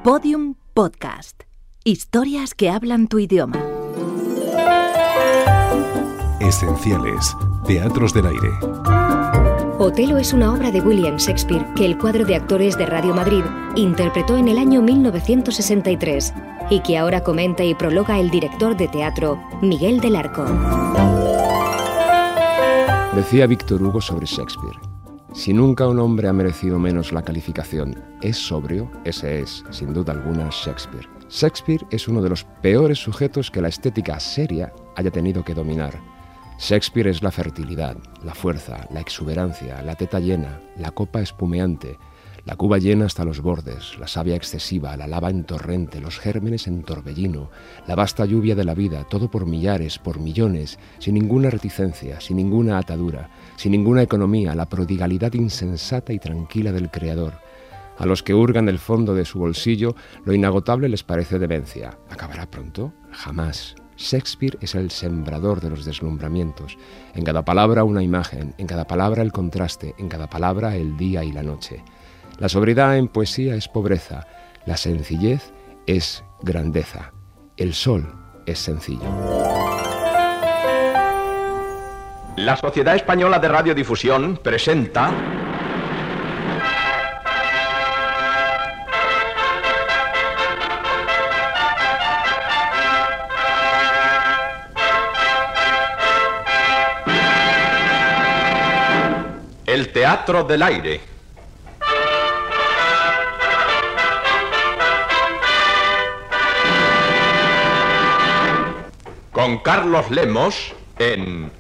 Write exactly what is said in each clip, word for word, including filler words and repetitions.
Podium Podcast. Historias que hablan tu idioma. Esenciales. Teatros del aire. Otelo es una obra de William Shakespeare que el cuadro de actores de Radio Madrid interpretó en el año mil novecientos sesenta y tres y que ahora comenta y prologa el director de teatro, Miguel del Arco. Decía Víctor Hugo sobre Shakespeare: si nunca un hombre ha merecido menos la calificación es sobrio, ese es, sin duda alguna, Shakespeare. Shakespeare es uno de los peores sujetos que la estética seria haya tenido que dominar. Shakespeare es la fertilidad, la fuerza, la exuberancia, la teta llena, la copa espumeante, la cuba llena hasta los bordes, la savia excesiva, la lava en torrente, los gérmenes en torbellino, la vasta lluvia de la vida, todo por millares, por millones, sin ninguna reticencia, sin ninguna atadura, sin ninguna economía, la prodigalidad insensata y tranquila del Creador. A los que hurgan del fondo de su bolsillo, lo inagotable les parece demencia. ¿Acabará pronto? Jamás. Shakespeare es el sembrador de los deslumbramientos. En cada palabra una imagen, en cada palabra el contraste, en cada palabra el día y la noche. La sobriedad en poesía es pobreza, la sencillez es grandeza, el sol es sencillo. La Sociedad Española de Radiodifusión presenta... El Teatro del Aire. Con Carlos Lemos en...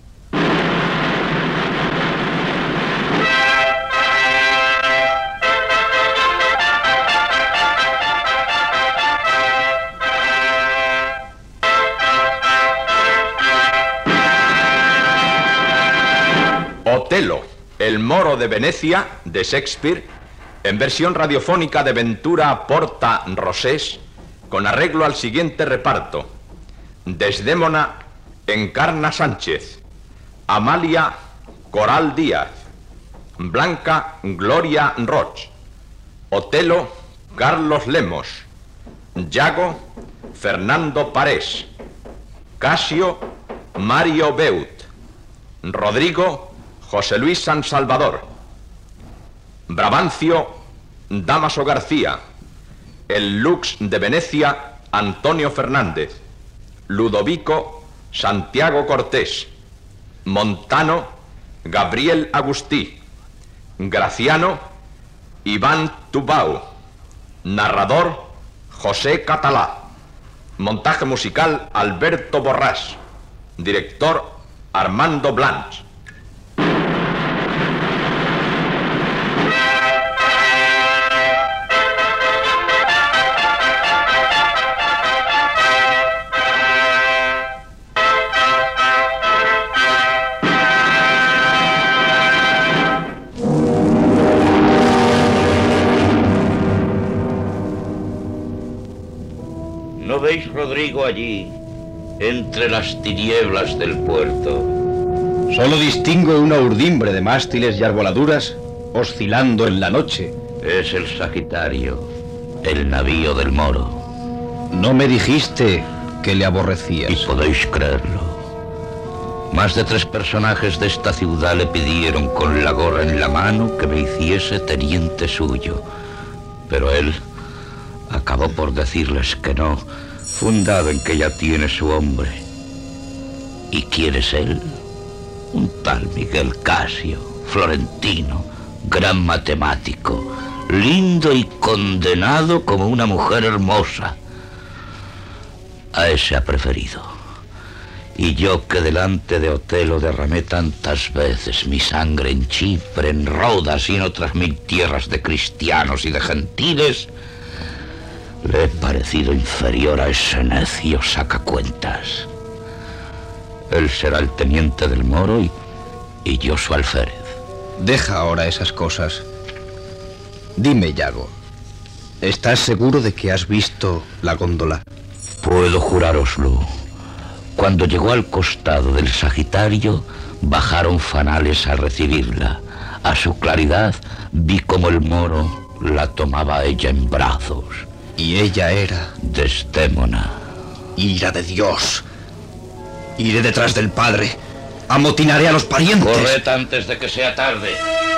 Otelo, el moro de Venecia, de Shakespeare, en versión radiofónica de Ventura Porta Rosés, con arreglo al siguiente reparto: Desdémona, Encarna Sánchez; Amalia, Coral Díaz; Blanca, Gloria Roch; Otelo, Carlos Lemos; Yago, Fernando Parés; Casio, Mario Beut; Rodrigo, José Luis San Salvador; Brabancio, Dámaso García; el Lux de Venecia, Antonio Fernández; Ludovico, Santiago Cortés; Montano, Gabriel Agustí; Graciano, Iván Tubau; narrador, José Catalá; montaje musical, Alberto Borrás; director, Armando Blanch. ¿No veis, Rodrigo, allí, entre las tinieblas del puerto? Solo distingo una urdimbre de mástiles y arboladuras oscilando en la noche. Es el Sagitario, el navío del moro. No me dijiste que le aborrecías. Y podéis creerlo. Más de tres personajes de esta ciudad le pidieron con la gorra en la mano que me hiciese teniente suyo. Pero él acabó por decirles que no, fundado en que ya tiene su hombre. ¿Y quién es él? Un tal Miguel Casio, florentino, gran matemático, lindo y condenado como una mujer hermosa. A ese ha preferido. Y yo, que delante de Otelo derramé tantas veces mi sangre en Chipre, en Rodas y en otras mil tierras de cristianos y de gentiles, le he parecido inferior a ese necio sacacuentas. Él será el teniente del moro y, y yo su alférez. Deja ahora esas cosas. Dime, Yago, ¿estás seguro de que has visto la góndola? Puedo jurároslo. Cuando llegó al costado del Sagitario, bajaron fanales a recibirla. A su claridad vi como el moro la tomaba ella en brazos Y ella era... Desdémona. Ira de Dios. Iré detrás del padre. Amotinaré a los parientes. Corred antes de que sea tarde.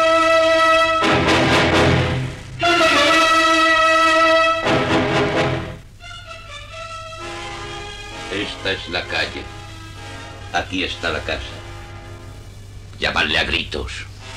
Esta es la calle. Aquí está la casa. Llamadle a gritos.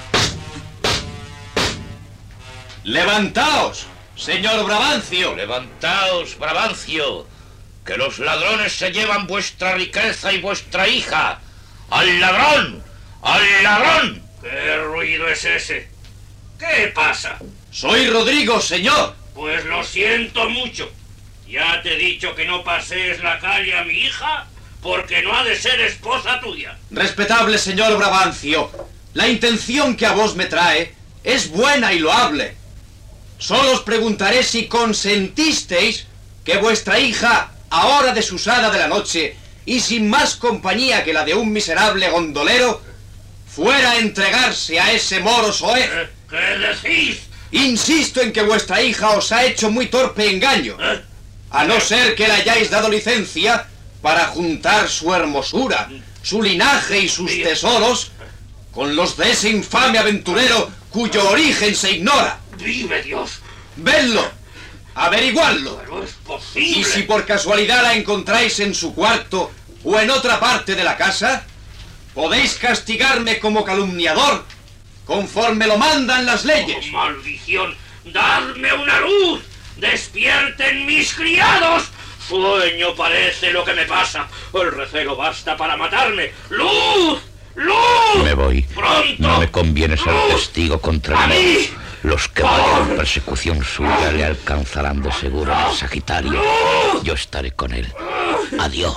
¡Levantaos, señor Brabancio! ¡Levantaos, Brabancio! ¡Que los ladrones se llevan vuestra riqueza y vuestra hija! ¡Al ladrón! ¡Al ladrón! ¿Qué ruido es ese? ¿Qué pasa? Soy Rodrigo, señor. Pues lo siento mucho. Ya te he dicho que no pasees la calle a mi hija, porque no ha de ser esposa tuya. Respetable señor Brabancio, la intención que a vos me trae es buena y loable. Solo os preguntaré si consentisteis que vuestra hija, a hora desusada de la noche y sin más compañía que la de un miserable gondolero, fuera a entregarse a ese moro soez. ¿Eh? ¿Qué decís? Insisto en que vuestra hija os ha hecho muy torpe engaño, ¿Eh? a no ser que le hayáis dado licencia para juntar su hermosura, su linaje y sus tesoros con los de ese infame aventurero cuyo origen se ignora. ¡Vive Dios! ¡Vedlo! ¡Averiguadlo! ¡Pero es posible! Y si por casualidad la encontráis en su cuarto o en otra parte de la casa, podéis castigarme como calumniador conforme lo mandan las leyes. ¡Oh, maldición! ¡Dadme una luz! ¡Despierten mis criados! Sueño parece lo que me pasa. El recelo basta para matarme. ¡Luz! ¡Luz! Me voy. ¡Pronto! No me conviene ser ¡Luz! testigo contra ¡A mí. mí! Los que vayan en persecución suya le alcanzarán de seguro en el Sagitario. ¡Luz! Yo estaré con él. Adiós.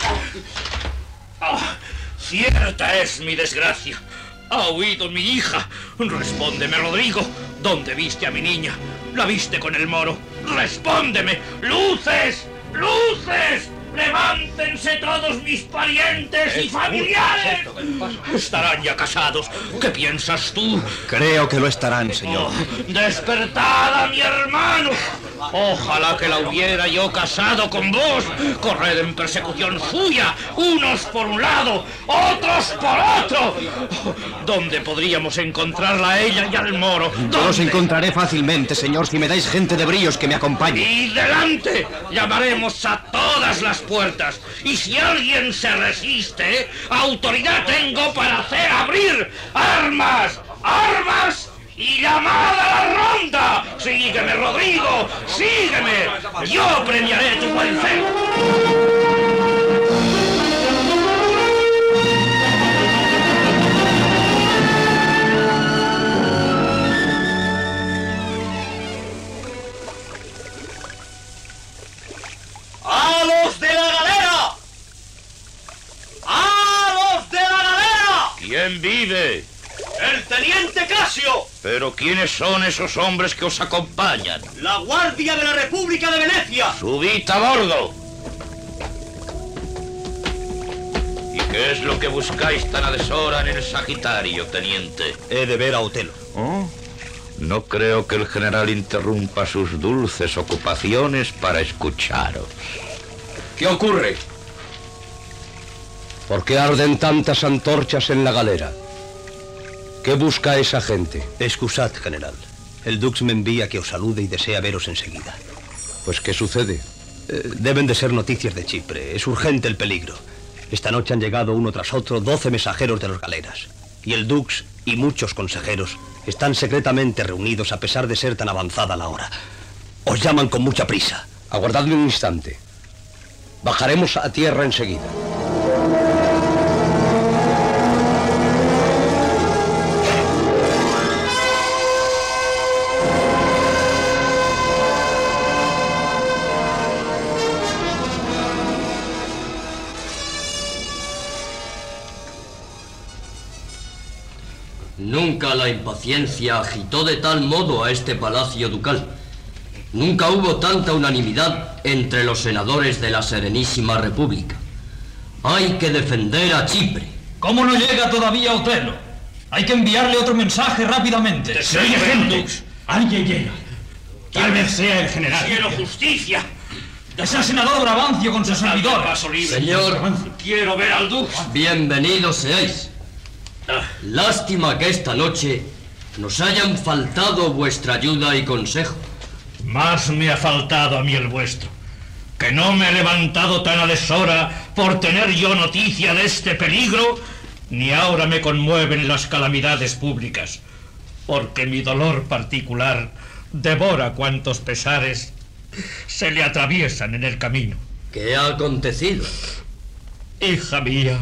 Ah, cierta es mi desgracia. Ha huido mi hija. Respóndeme, Rodrigo. ¿Dónde viste a mi niña? ¿La viste con el moro? Respóndeme. ¡Luces! ¡Luces! ¡Levántense todos mis parientes y familiares! Estarán ya casados. ¿Qué piensas tú? Creo que lo estarán, señor. Oh, ¡despertad a mi hermano! Ojalá que la hubiera yo casado con vos. Corred en persecución suya, unos por un lado, otros por otro. ¿Dónde podríamos encontrarla a ella y al moro? Yo los encontraré fácilmente, señor, si me dais gente de bríos que me acompañe. ¡Y delante! Llamaremos a todas las puertas. Y si alguien se resiste, autoridad tengo para hacer abrir. ¡Armas! ¡Armas! ¡Y llamada a la ronda! ¡Sígueme, Rodrigo! ¡Sígueme! ¡Yo premiaré tu buen fe! ¡A los de la galera! ¡A los de la galera! ¿Quién vive? ¡El teniente Casio! ¿Pero quiénes son esos hombres que os acompañan? ¡La Guardia de la República de Venecia! ¡Subid a bordo! ¿Y qué es lo que buscáis tan a deshora en el Sagitario, teniente? He de ver a Otelo. ¿Oh? No creo que el general interrumpa sus dulces ocupaciones para escucharos. ¿Qué ocurre? ¿Por qué arden tantas antorchas en la galera? ¿Qué busca esa gente? Excusad, general. El Dux me envía que os salude y desea veros enseguida. Pues, ¿qué sucede? Eh, deben de ser noticias de Chipre. Es urgente el peligro. Esta noche han llegado uno tras otro doce mensajeros de los galeras. Y el Dux y muchos consejeros están secretamente reunidos a pesar de ser tan avanzada la hora. Os llaman con mucha prisa. Aguardadme un instante. Bajaremos a tierra enseguida. Nunca la impaciencia agitó de tal modo a este palacio ducal. Nunca hubo tanta unanimidad entre los senadores de la Serenísima República. Hay que defender a Chipre. ¿Cómo no llega todavía Otelo? Hay que enviarle otro mensaje rápidamente. ¡Se oye gente! Alguien llega. Tal vez sea el general. ¡Quiero justicia! Es el senador Brabancio con su servidor. Señor, quiero ver al Dux. Bienvenidos seáis. Lástima que esta noche nos hayan faltado vuestra ayuda y consejo. Más me ha faltado a mí el vuestro, que no me he levantado tan a deshora por tener yo noticia de este peligro, ni ahora me conmueven las calamidades públicas, porque mi dolor particular devora cuantos pesares se le atraviesan en el camino. ¿Qué ha acontecido? Hija mía,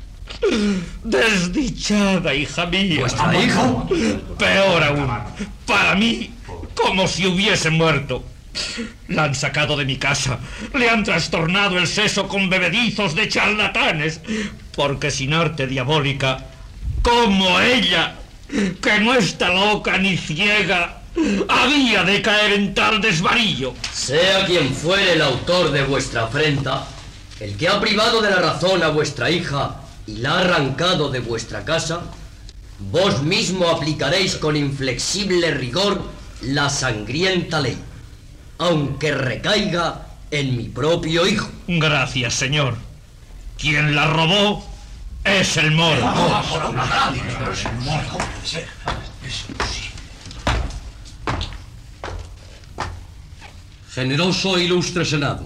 desdichada hija mía. ¿Vuestra hija? Peor aún, para mí, como si hubiese muerto. La han sacado de mi casa, le han trastornado el seso con bebedizos de charlatanes, porque sin arte diabólica, como ella, que no está loca ni ciega, había de caer en tal desvarío. Sea quien fuere el autor de vuestra afrenta, el que ha privado de la razón a vuestra hija y la ha arrancado de vuestra casa, vos mismo aplicaréis con inflexible rigor la sangrienta ley, aunque recaiga en mi propio hijo. Gracias, señor. Quien la robó es el moro. Generoso e ilustre Senado.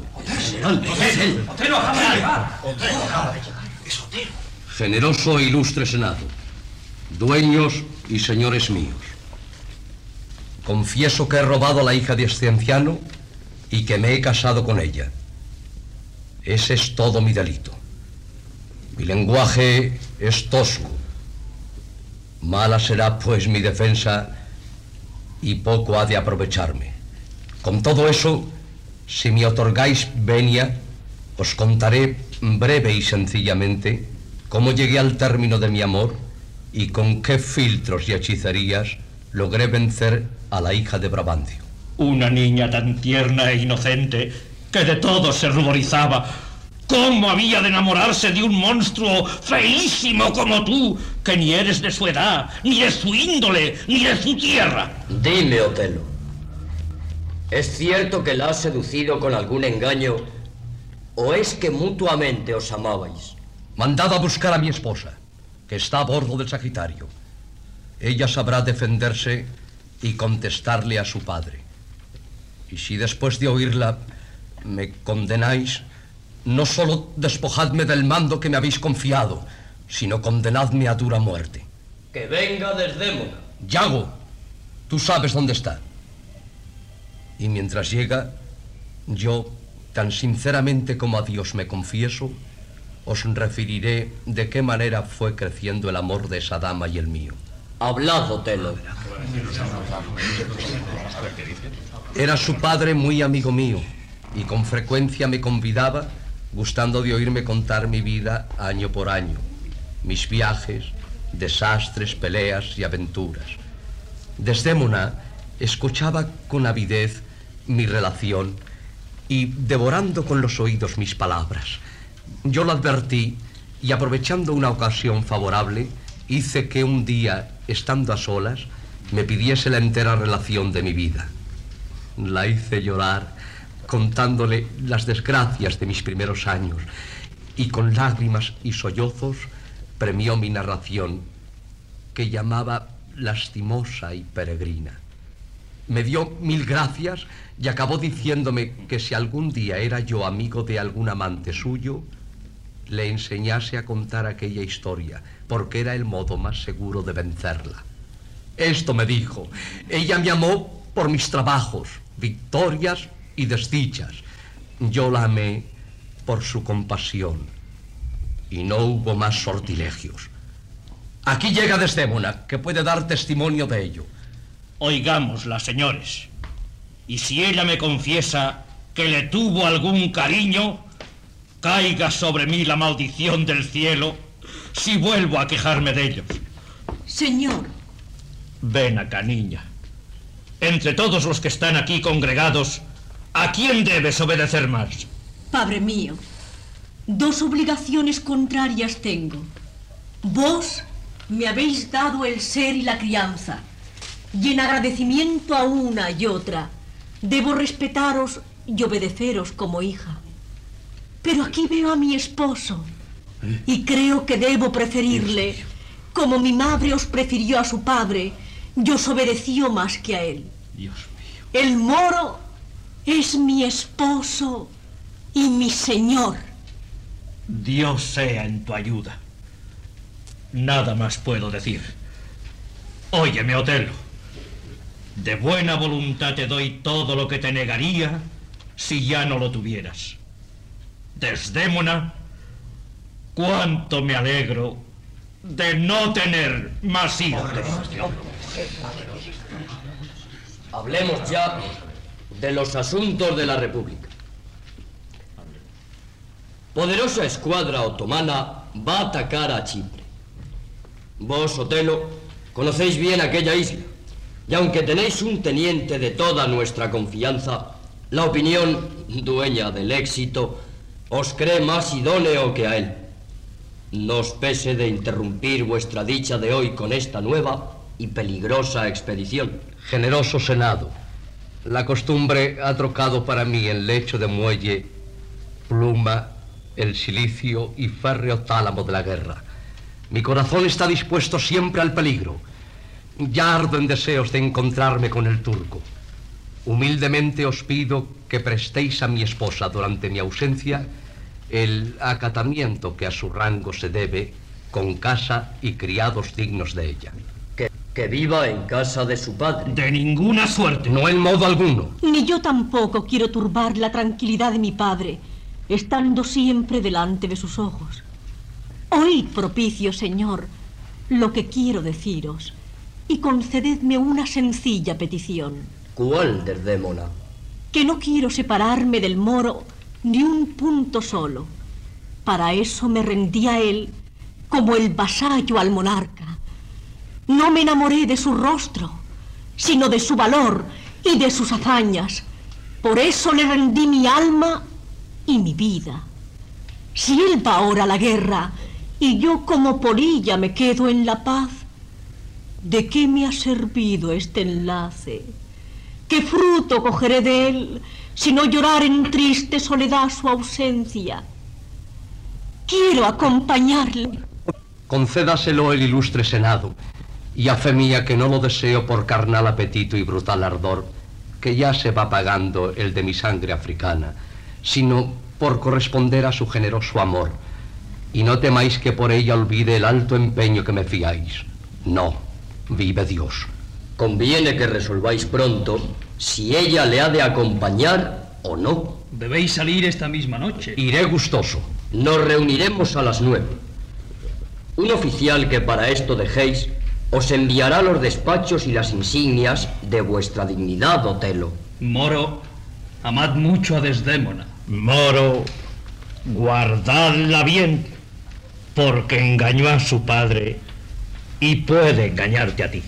Generoso e ilustre Senado. Dueños y señores míos. Confieso que he robado a la hija de este anciano y que me he casado con ella. Ese es todo mi delito. Mi lenguaje es tosco. Mala será, pues, mi defensa y poco ha de aprovecharme. Con todo eso, si me otorgáis venia, os contaré breve y sencillamente cómo llegué al término de mi amor y con qué filtros y hechicerías logré vencer a la hija de Brabancio. Una niña tan tierna e inocente que de todo se ruborizaba. ¿Cómo había de enamorarse de un monstruo feísimo como tú, que ni eres de su edad, ni de su índole, ni de su tierra? Dime, Otelo, ¿es cierto que la has seducido con algún engaño o es que mutuamente os amabais? Mandad a buscar a mi esposa, que está a bordo del Sagitario. Ella sabrá defenderse y contestarle a su padre. Y si después de oírla me condenáis, no solo despojadme del mando que me habéis confiado, sino condenadme a dura muerte. Que venga Desdémona. Yago, tú sabes dónde está. Y mientras llega, yo, tan sinceramente como a Dios me confieso, os referiré de qué manera fue creciendo el amor de esa dama y el mío. Hablad, Otelo. Era su padre muy amigo mío y con frecuencia me convidaba, gustando de oírme contar mi vida año por año, mis viajes, desastres, peleas y aventuras. Desdémona escuchaba con avidez mi relación y, devorando con los oídos mis palabras, yo lo advertí y, aprovechando una ocasión favorable, hice que un día, estando a solas, me pidiese la entera relación de mi vida. La hice llorar, contándole las desgracias de mis primeros años, y con lágrimas y sollozos premió mi narración, que llamaba lastimosa y peregrina. Me dio mil gracias y acabó diciéndome que si algún día era yo amigo de algún amante suyo, le enseñase a contar aquella historia, porque era el modo más seguro de vencerla. Esto me dijo. Ella me amó por mis trabajos, victorias y desdichas. Yo la amé por su compasión. Y no hubo más sortilegios. Aquí llega Desdémona, que puede dar testimonio de ello. Oigámosla, señores. Y si ella me confiesa que le tuvo algún cariño, caiga sobre mí la maldición del cielo si vuelvo a quejarme de ellos. Señor. Ven acá, niña. Entre todos los que están aquí congregados, ¿a quién debes obedecer más? Padre mío, dos obligaciones contrarias tengo. Vos me habéis dado el ser y la crianza, y en agradecimiento a una y otra, Debo respetaros y obedeceros como hija. Pero aquí veo a mi esposo y creo que debo preferirle. Como mi madre os prefirió a su padre, y os obedeció más que a él. Dios mío. El moro es mi esposo y mi señor. Dios sea en tu ayuda. Nada más puedo decir. Óyeme, Otelo. De buena voluntad te doy todo lo que te negaría si ya no lo tuvieras. Desdémona, cuánto me alegro de no tener más hijos. Hablemos ya de los asuntos de la República. Poderosa escuadra otomana va a atacar a Chipre. Vos, Otelo, conocéis bien aquella isla, y aunque tenéis un teniente de toda nuestra confianza, la opinión, dueña del éxito, os cree más idóneo que a él. No os pese de interrumpir vuestra dicha de hoy con esta nueva y peligrosa expedición. Generoso Senado, la costumbre ha trocado para mí en lecho de muelle, pluma, el silicio y férreo tálamo de la guerra. Mi corazón está dispuesto siempre al peligro. Ya ardo en deseos de encontrarme con el turco. Humildemente os pido que prestéis a mi esposa durante mi ausencia el acatamiento que a su rango se debe, con casa y criados dignos de ella. Que, que viva en casa de su padre. De ninguna suerte. No en modo alguno. Ni yo tampoco quiero turbar la tranquilidad de mi padre, estando siempre delante de sus ojos. Oíd, propicio señor, lo que quiero deciros, y concededme una sencilla petición. ¿Cuál, Desdémona? Que no quiero separarme del moro ni un punto solo. Para eso me rendí a él como el vasallo al monarca. No me enamoré de su rostro, sino de su valor y de sus hazañas. Por eso le rendí mi alma y mi vida. Si él va ahora a la guerra y yo como polilla me quedo en la paz, ¿de qué me ha servido este enlace? ¿Qué fruto cogeré de él si no llorar en triste soledad su ausencia? Quiero acompañarle. Concédaselo el ilustre Senado, y a fe mía que no lo deseo por carnal apetito y brutal ardor, que ya se va pagando el de mi sangre africana, sino por corresponder a su generoso amor. Y no temáis que por ella olvide el alto empeño que me fiáis. No, vive Dios. Conviene que resolváis pronto si ella le ha de acompañar o no. Debéis salir esta misma noche. Iré gustoso. Nos reuniremos a las nueve. Un oficial que para esto dejéis os enviará los despachos y las insignias de vuestra dignidad, Otelo. Moro, amad mucho a Desdémona. Moro, guardadla bien, porque engañó a su padre y puede engañarte a ti.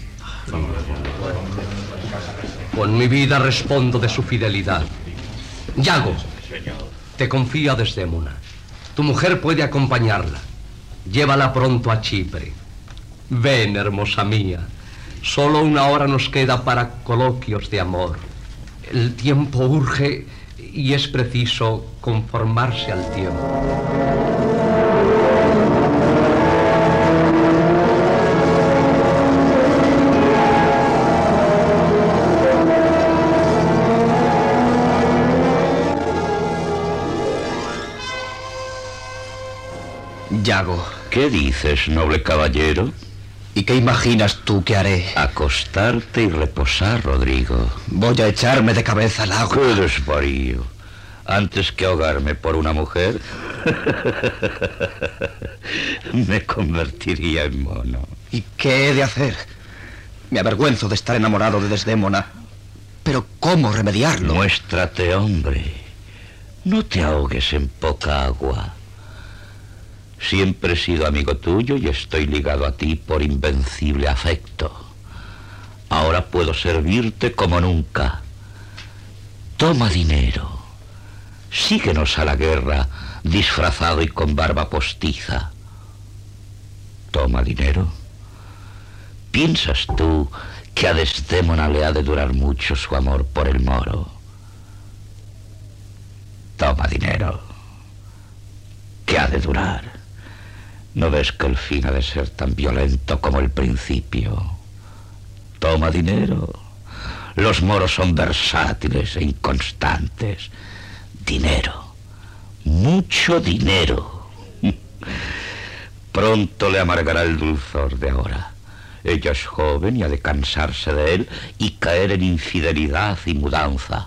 Con mi vida respondo de su fidelidad. Yago, te confío a Desdémona. Tu mujer puede acompañarla. Llévala pronto a Chipre. Ven, hermosa mía. Solo una hora nos queda para coloquios de amor. El tiempo urge y es preciso conformarse al tiempo. Yago. ¿Qué dices, noble caballero? ¿Y qué imaginas tú que haré? Acostarte y reposar, Rodrigo. Voy a echarme de cabeza al agua. ¡Qué desvarío! Antes que ahogarme por una mujer, me convertiría en mono. ¿Y qué he de hacer? Me avergüenzo de estar enamorado de Desdémona. Pero ¿cómo remediarlo? Muéstrate, hombre. No te ahogues en poca agua. Siempre he sido amigo tuyo y estoy ligado a ti por invencible afecto. Ahora puedo servirte como nunca. Toma dinero. Síguenos a la guerra, disfrazado y con barba postiza. Toma dinero. ¿Piensas tú que a Desdémona le ha de durar mucho su amor por el moro? Toma dinero. ¿Qué ha de durar? ¿No ves que el fin ha de ser tan violento como el principio? Toma dinero. Los moros son versátiles e inconstantes. Dinero. Mucho dinero. Pronto le amargará el dulzor de ahora. Ella es joven y ha de cansarse de él y caer en infidelidad y mudanza.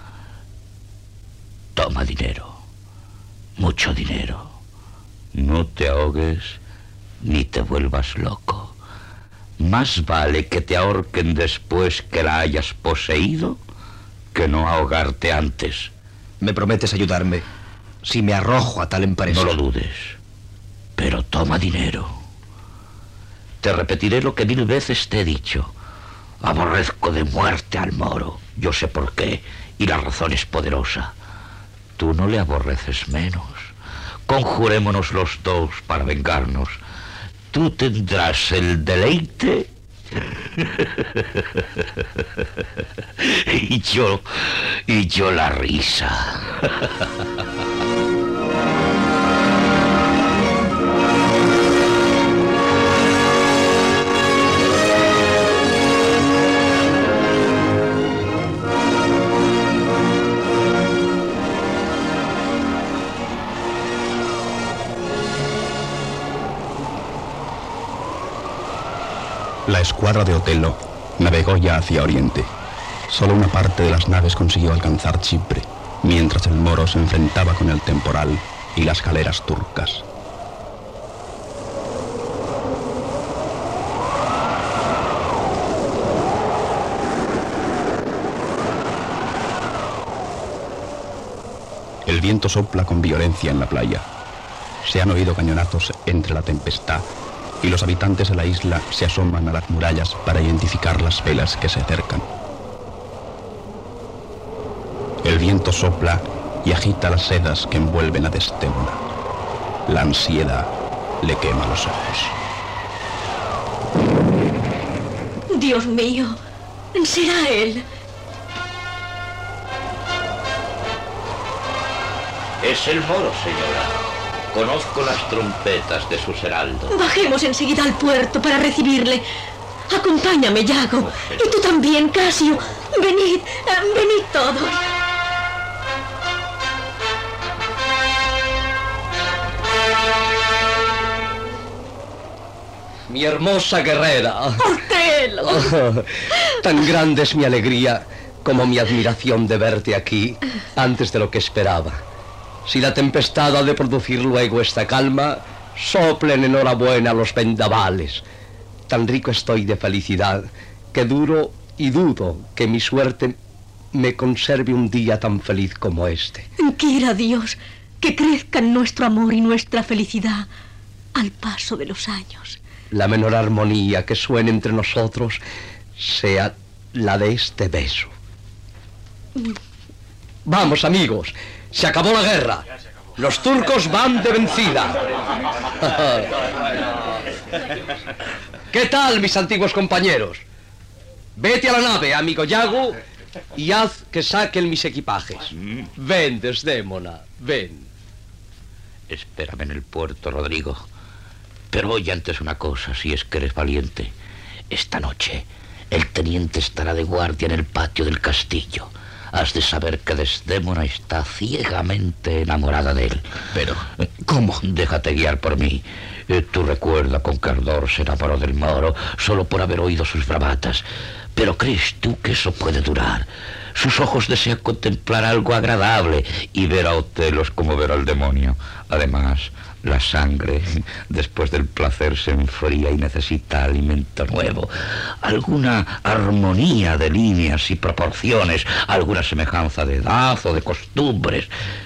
Toma dinero. Mucho dinero. No te ahogues ni te vuelvas loco. Más vale que te ahorquen después que la hayas poseído que no ahogarte antes. ¿Me prometes ayudarme si me arrojo a tal empresa? No lo dudes, pero toma dinero. Te repetiré lo que mil veces te he dicho. Aborrezco de muerte al moro. Yo sé por qué, y la razón es poderosa. Tú no le aborreces menos. Conjurémonos los dos para vengarnos. Tú tendrás el deleite y yo, y yo la risa. La escuadra de Otelo navegó ya hacia Oriente. Solo una parte de las naves consiguió alcanzar Chipre, mientras el moro se enfrentaba con el temporal y las galeras turcas. El viento sopla con violencia en la playa. Se han oído cañonazos entre la tempestad y los habitantes de la isla se asoman a las murallas para identificar las velas que se acercan. El viento sopla y agita las sedas que envuelven a Desdémona. La ansiedad le quema los ojos. Dios mío, será él. Es el moro, señora. Conozco las trompetas de sus heraldos. Bajemos enseguida al puerto para recibirle. Acompáñame, Yago. Y tú también, Casio. Venid, venid todos. Mi hermosa guerrera. Otelo. Oh, tan grande es mi alegría como mi admiración de verte aquí antes de lo que esperaba. Si la tempestad ha de producir luego esta calma, soplen enhorabuena los vendavales. Tan rico estoy de felicidad que duro y dudo que mi suerte me conserve un día tan feliz como este. Quiera Dios que crezcan nuestro amor y nuestra felicidad al paso de los años. La menor armonía que suene entre nosotros sea la de este beso. Vamos, amigos. Se acabó la guerra. Los turcos van de vencida. ¿Qué tal, mis antiguos compañeros? Vete a la nave, amigo Yago, y haz que saquen mis equipajes. Ven, Desdémona, ven. Espérame en el puerto, Rodrigo. Pero oye antes una cosa, si es que eres valiente. Esta noche, el teniente estará de guardia en el patio del castillo. Has de saber que Desdémona está ciegamente enamorada de él. Pero, ¿cómo? Déjate guiar por mí. Eh, tú recuerda con qué ardor se enamoró del moro solo por haber oído sus bravatas. Pero ¿crees tú que eso puede durar? Sus ojos desean contemplar algo agradable y ver a Otelo es como ver al demonio. Además, la sangre, después del placer, se enfría y necesita alimento nuevo. Alguna armonía de líneas y proporciones, alguna semejanza de edad o de costumbres.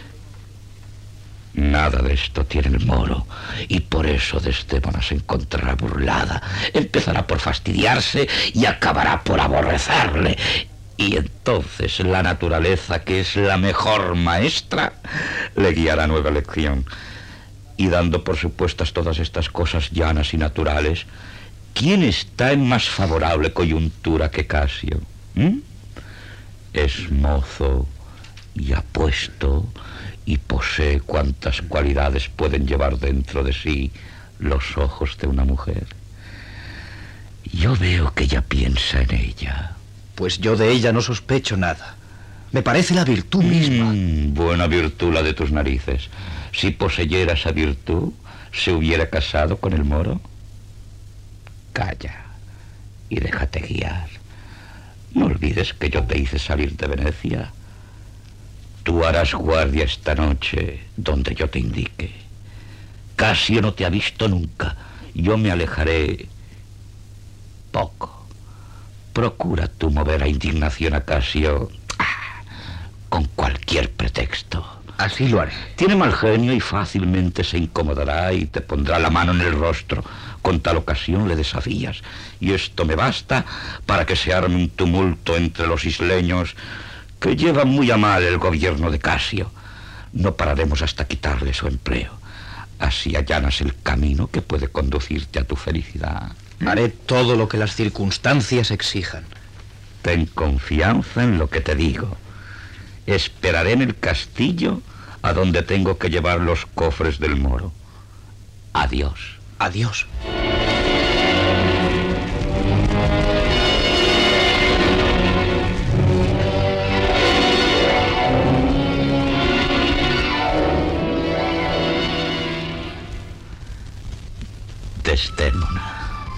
Nada de esto tiene el moro, y por eso Desdémona se encontrará burlada. Empezará por fastidiarse y acabará por aborrecerle. Y entonces la naturaleza, que es la mejor maestra, le guiará a nueva lección. Y dando por supuestas todas estas cosas llanas y naturales, ¿quién está en más favorable coyuntura que Casio? ¿Mm? Es mozo, y apuesto y posee cuantas cualidades pueden llevar dentro de sí los ojos de una mujer. Yo veo que ella piensa en ella. Pues yo de ella no sospecho nada. Me parece la virtud misma. Mm, buena virtud la de tus narices. Si poseyera esa virtud, ¿se hubiera casado con el moro? Calla y déjate guiar. No olvides que yo te hice salir de Venecia. Tú harás guardia esta noche donde yo te indique. Casio no te ha visto nunca. Yo me alejaré poco. Procura tú mover a indignación a Casio ah, con cualquier pretexto. Así lo haré. Tiene mal genio y fácilmente se incomodará y te pondrá la mano en el rostro. Con tal ocasión le desafías. Y esto me basta para que se arme un tumulto entre los isleños que llevan muy a mal el gobierno de Casio. No pararemos hasta quitarle su empleo. Así allanas el camino que puede conducirte a tu felicidad. Haré todo lo que las circunstancias exijan. Ten confianza en lo que te digo. Esperaré en el castillo a donde tengo que llevar los cofres del moro. Adiós. Adiós. Desdémona.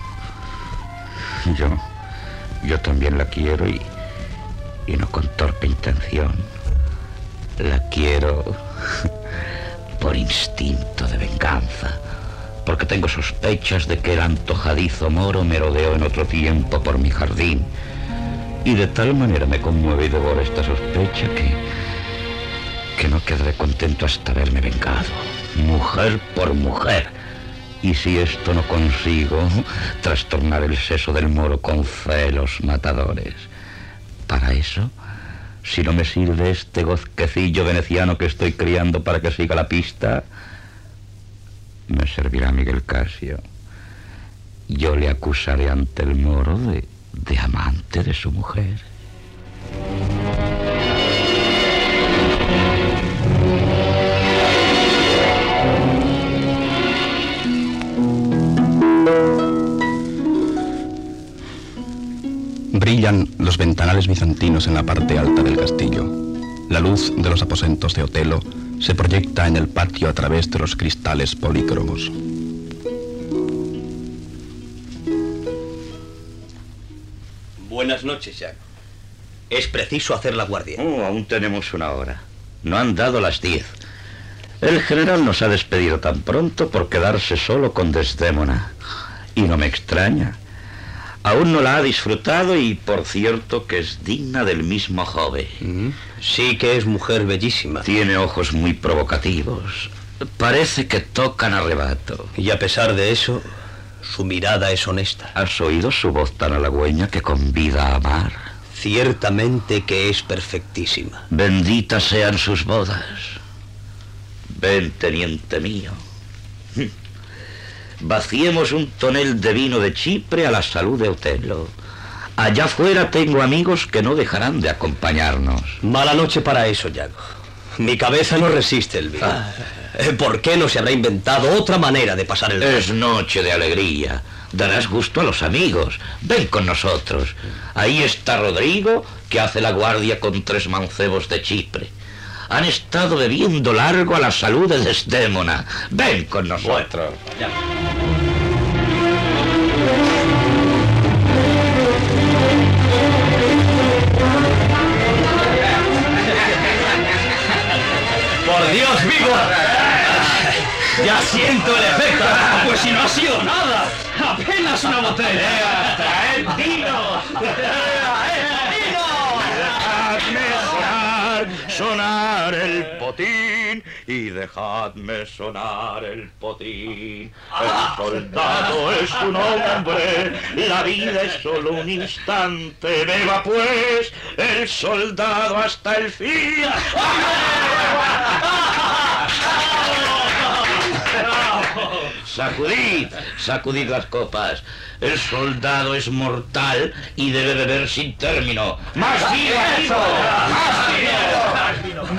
Yo, yo también la quiero y, y no con torpe intención. La quiero por instinto de venganza, porque tengo sospechas de que el antojadizo moro merodeó en otro tiempo por mi jardín. Y de tal manera me conmueve y devora esta sospecha que, que no quedaré contento hasta haberme vengado. Mujer por mujer. Y si esto no consigo, trastornar el seso del moro con celos matadores. Para eso, si no me sirve este gozquecillo veneciano que estoy criando para que siga la pista, me servirá Miguel Casio. Yo le acusaré ante el moro de, de amante de su mujer. Brillan los ventanales bizantinos en la parte alta del castillo. La luz de los aposentos de Otelo se proyecta en el patio a través de los cristales polícromos. Buenas noches, Jack. Es preciso hacer la guardia. Oh, aún tenemos una hora. No han dado las diez. El general nos ha despedido tan pronto por quedarse solo con Desdémona. Y no me extraña. Aún no la ha disfrutado y, por cierto, que es digna del mismo joven. Mm. Sí que es mujer bellísima. Tiene ojos muy provocativos. Parece que tocan a rebato. Y a pesar de eso, su mirada es honesta. ¿Has oído su voz tan halagüeña que convida a amar? Ciertamente que es perfectísima. Benditas sean sus bodas. Ven, teniente mío. Vaciemos un tonel de vino de Chipre a la salud de Otelo. Allá afuera tengo amigos que no dejarán de acompañarnos. Mala noche para eso, Yago. Mi cabeza no resiste el vino. Ah. ¿Por qué no se habrá inventado otra manera de pasar el rato? Es noche de alegría. Darás gusto a los amigos. Ven con nosotros. Ahí está Rodrigo, que hace la guardia con tres mancebos de Chipre. Han estado bebiendo largo a la salud de Desdémona. Ven con nosotros. Bueno, ¡por Dios vivo! ¡Ya siento el efecto! Pues si no ha sido nada. Apenas una botella. ¡Traed vino! Sonar el potín y dejadme sonar el potín. El soldado es un hombre, la vida es solo un instante. Beba pues el soldado hasta el fin. Sacudid, sacudid las copas. El soldado es mortal y debe beber sin término. ¡Más vino! ¡Más vino!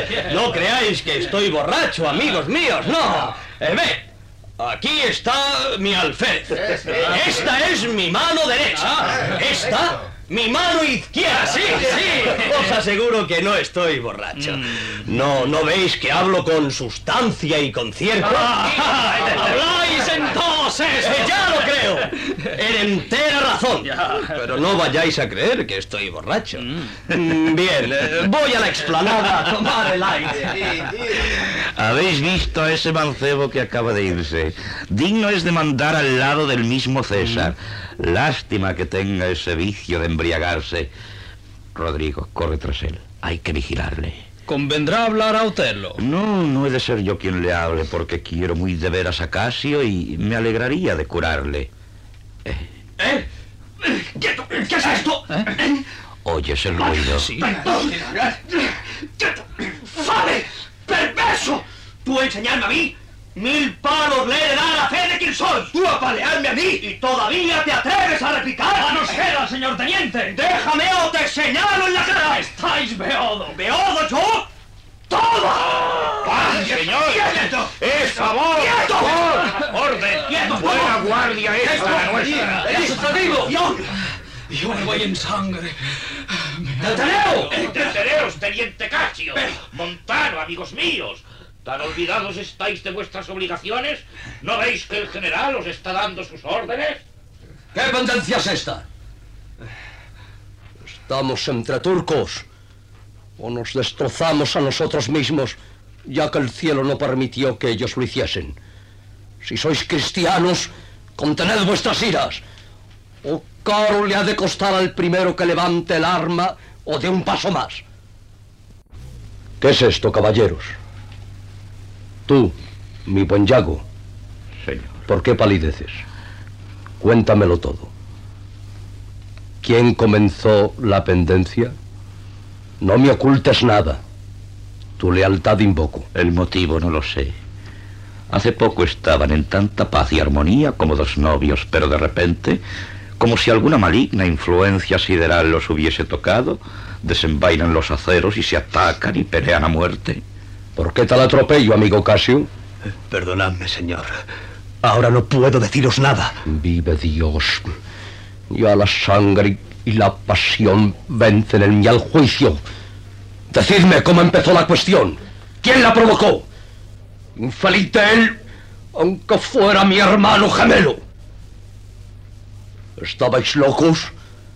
No creáis que estoy borracho, amigos míos, no. Eh, ve, aquí está mi alférez. Esta es mi mano derecha. Esta, mi mano izquierda. Sí, sí. Os aseguro que no estoy borracho. No, ¿no veis que hablo con sustancia y concierto? ¡Habláis entonces! Eh, ¡Ya lo creo! En entera razón. Pero no vayáis a creer que estoy borracho. Mm, Bien, eh, voy a la explanada a tomar el aire. ¿Habéis visto a ese mancebo que acaba de irse? Digno es de mandar al lado del mismo César. Lástima que tenga ese vicio de embriagarse. Rodrigo, corre tras él. Hay que vigilarle. ¿Convendrá hablar a Otelo? No, no he de ser yo quien le hable, porque quiero muy de veras a Casio y me alegraría de curarle. Eh. ¿Eh? ¿Quieto? ¿Qué es esto? ¿Eh? ¿Oyes el ruido? Sí. ¡Quieto! ¡Fales! ¡Perverso! ¿Tú enseñarme a mí? ¡Mil palos le he de dar a fe de quién soy! ¡Tú apalearme a mí! ¿Y todavía te atreves a replicar? ¡Manos queda, señor teniente! ¡Déjame o te señalo en la cara! ¡Estáis beodo! ¿Beodo yo? ¡Todo! ¡Paz, señor! ¡Quieto! ¡Es favor! ¡Quieto! ¡Por orden! ¡Quieto! ¡Buena guardia esta la nuestra! ¡He sucedido! ¡Yo! Yo me voy en sangre. ¡Deteneos! ¡Deteneos, teniente Casio! ¡Montano, amigos míos! ¿Tan olvidados estáis de vuestras obligaciones? ¿No veis que el general os está dando sus órdenes? ¿Qué pendencia es esta? ¿Estamos entre turcos o nos destrozamos a nosotros mismos, ya que el cielo no permitió que ellos lo hiciesen? Si sois cristianos, contened vuestras iras, o caro le ha de costar al primero que levante el arma o dé un paso más. ¿Qué es esto, caballeros? Tú, mi buen Yago. Señor. ¿Por qué palideces? Cuéntamelo todo. ¿Quién comenzó la pendencia? No me ocultes nada. Tu lealtad invoco. El motivo no lo sé. Hace poco estaban en tanta paz y armonía como dos novios, pero de repente, como si alguna maligna influencia sideral los hubiese tocado, desenvainan los aceros y se atacan y pelean a muerte. ¿Por qué tal atropello, amigo Casio? Perdonadme, señor. Ahora no puedo deciros nada. Vive Dios. Ya la sangre y la pasión vencen en mí al juicio. Decidme cómo empezó la cuestión. ¿Quién la provocó? Infeliz de él, aunque fuera mi hermano gemelo. ¿Estabais locos?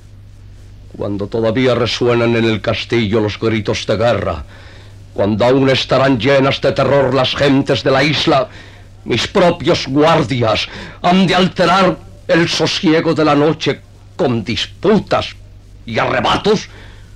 Cuando todavía resuenan en el castillo los gritos de guerra, cuando aún estarán llenas de terror las gentes de la isla, mis propios guardias han de alterar el sosiego de la noche con disputas y arrebatos.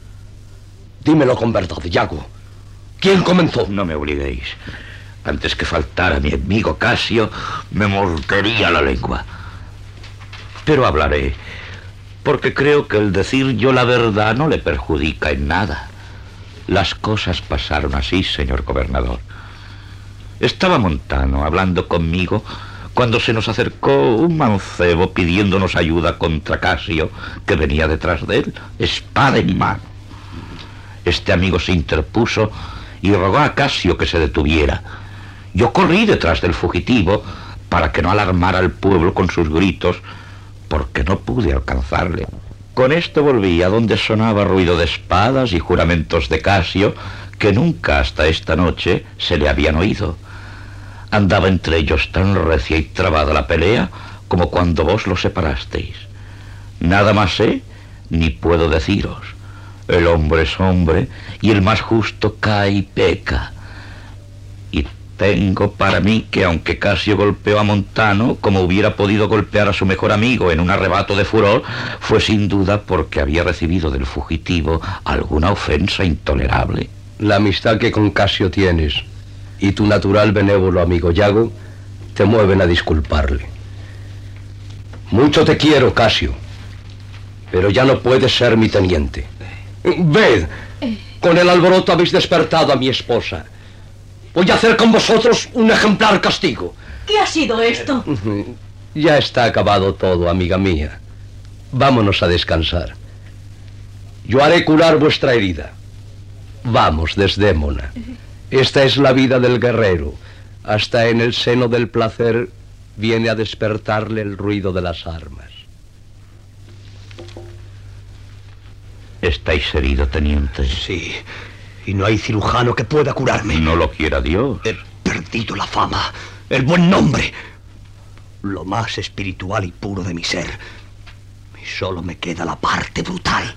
Dímelo con verdad, Yago. ¿Quién comenzó? No me obliguéis. Antes que faltara mi amigo Casio, me mordería la lengua. Pero hablaré, porque creo que el decir yo la verdad no le perjudica en nada. Las cosas pasaron así, señor gobernador. Estaba Montano hablando conmigo cuando se nos acercó un mancebo pidiéndonos ayuda contra Casio, que venía detrás de él, espada en mano. Este amigo se interpuso y rogó a Casio que se detuviera. Yo corrí detrás del fugitivo para que no alarmara al pueblo con sus gritos, porque no pude alcanzarle. Con esto volví a donde sonaba ruido de espadas y juramentos de Casio que nunca hasta esta noche se le habían oído. Andaba entre ellos tan recia y trabada la pelea como cuando vos los separasteis. Nada más sé ni puedo deciros. El hombre es hombre y el más justo cae y peca. Y tengo para mí que aunque Casio golpeó a Montano como hubiera podido golpear a su mejor amigo en un arrebato de furor, fue sin duda porque había recibido del fugitivo alguna ofensa intolerable. La amistad que con Casio tienes y tu natural benévolo amigo Yago te mueven a disculparle. Mucho te quiero, Casio, pero ya no puedes ser mi teniente. Ved, con el alboroto habéis despertado a mi esposa. Voy a hacer con vosotros un ejemplar castigo. ¿Qué ha sido esto? Ya está acabado todo, amiga mía. Vámonos a descansar. Yo haré curar vuestra herida. Vamos, Desdémona. Esta es la vida del guerrero. Hasta en el seno del placer viene a despertarle el ruido de las armas. ¿Estáis herido, teniente? Sí, y no hay cirujano que pueda curarme. No lo quiera Dios. He perdido la fama, el buen nombre, lo más espiritual y puro de mi ser. Y solo me queda la parte brutal.